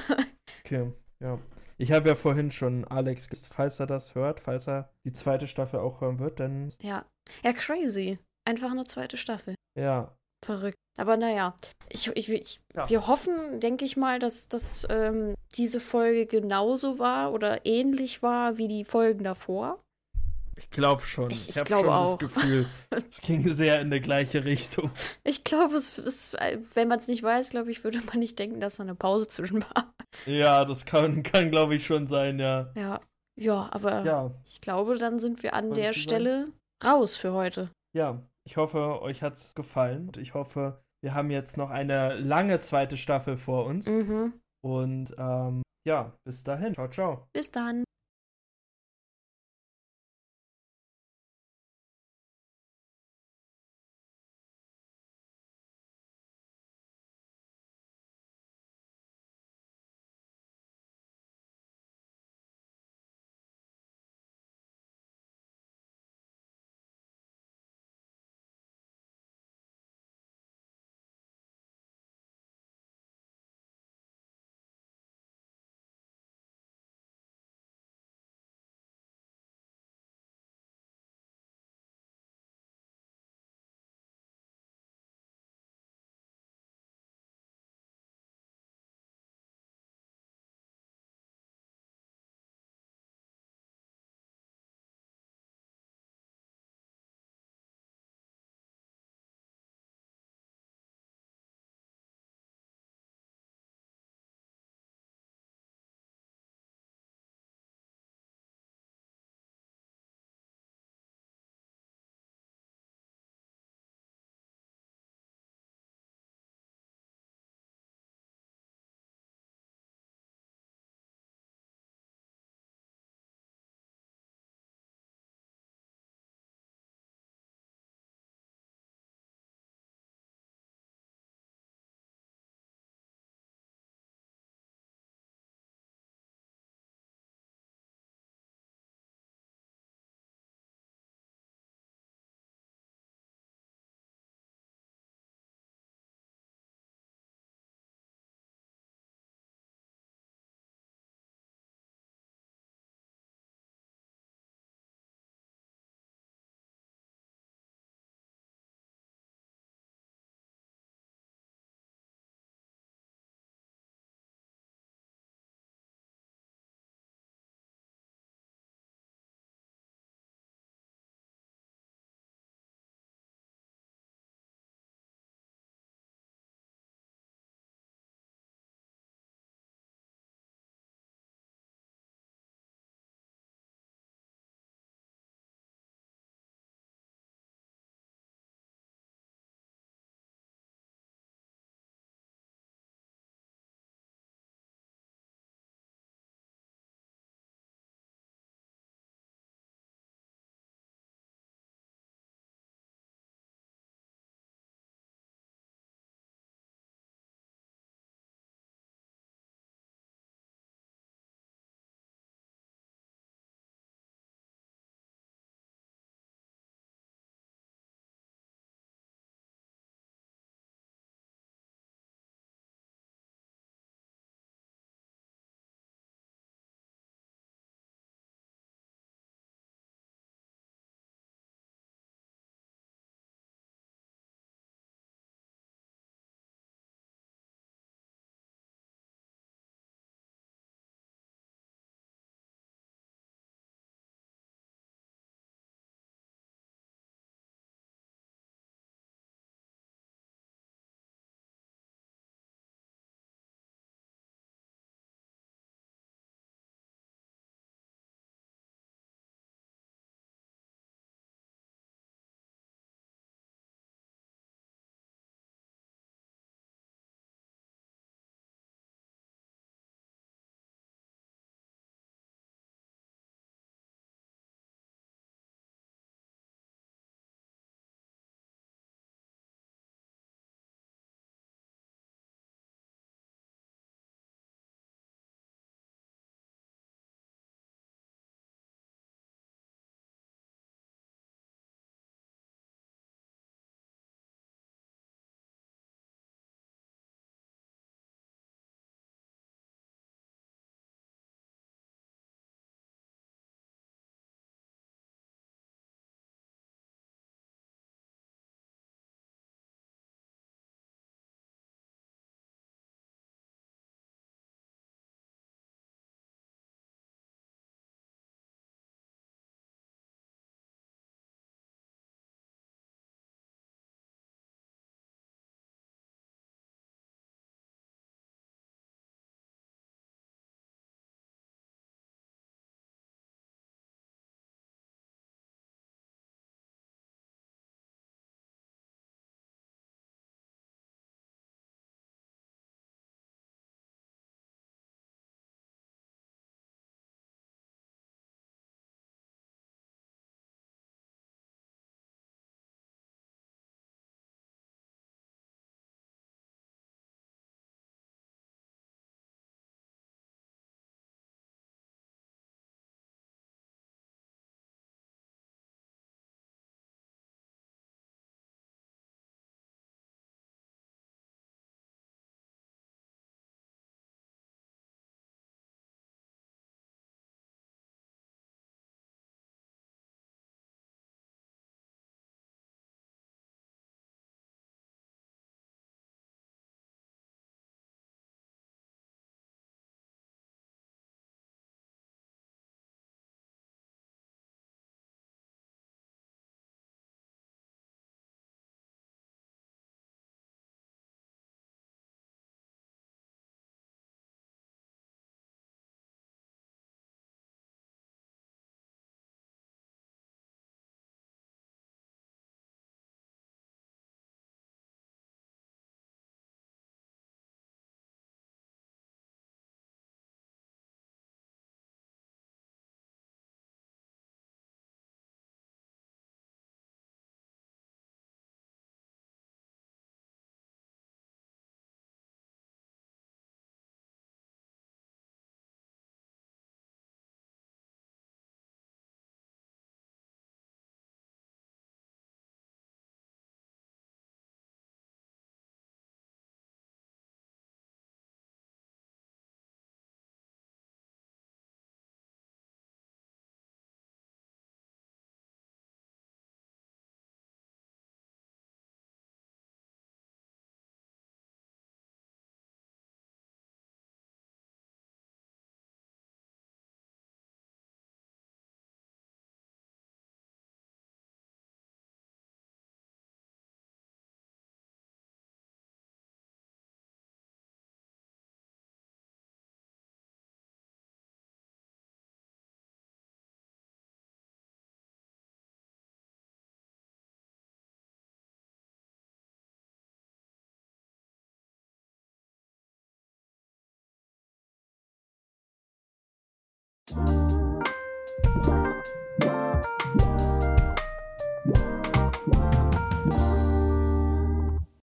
Okay, ja. Ich habe ja vorhin schon Alex, falls er das hört, falls er die zweite Staffel auch hören wird, dann Ja. Ja, crazy. Einfach eine zweite Staffel. ja. Verrückt. Aber naja, ich, ich, ich, Ja. wir hoffen, denke ich mal, dass, dass ähm, diese Folge genauso war oder ähnlich war wie die Folgen davor. Ich glaube schon. Ich- ich habe glaube schon auch. das Gefühl, es ging sehr in die gleiche Richtung. Ich glaube, es ist, wenn man es nicht weiß, glaube ich, würde man nicht denken, dass da eine Pause zwischen war. Ja, das kann, kann glaube ich, schon sein, ja. Ja. Ja, aber Ja, ich glaube, dann sind wir an Wolltest der du sagen? Stelle raus für heute. ja. Ich hoffe, euch hat's gefallen. Und ich hoffe, wir haben jetzt noch eine lange zweite Staffel vor uns. Mhm. Und ähm, ja, bis dahin. Ciao, ciao. Bis dann.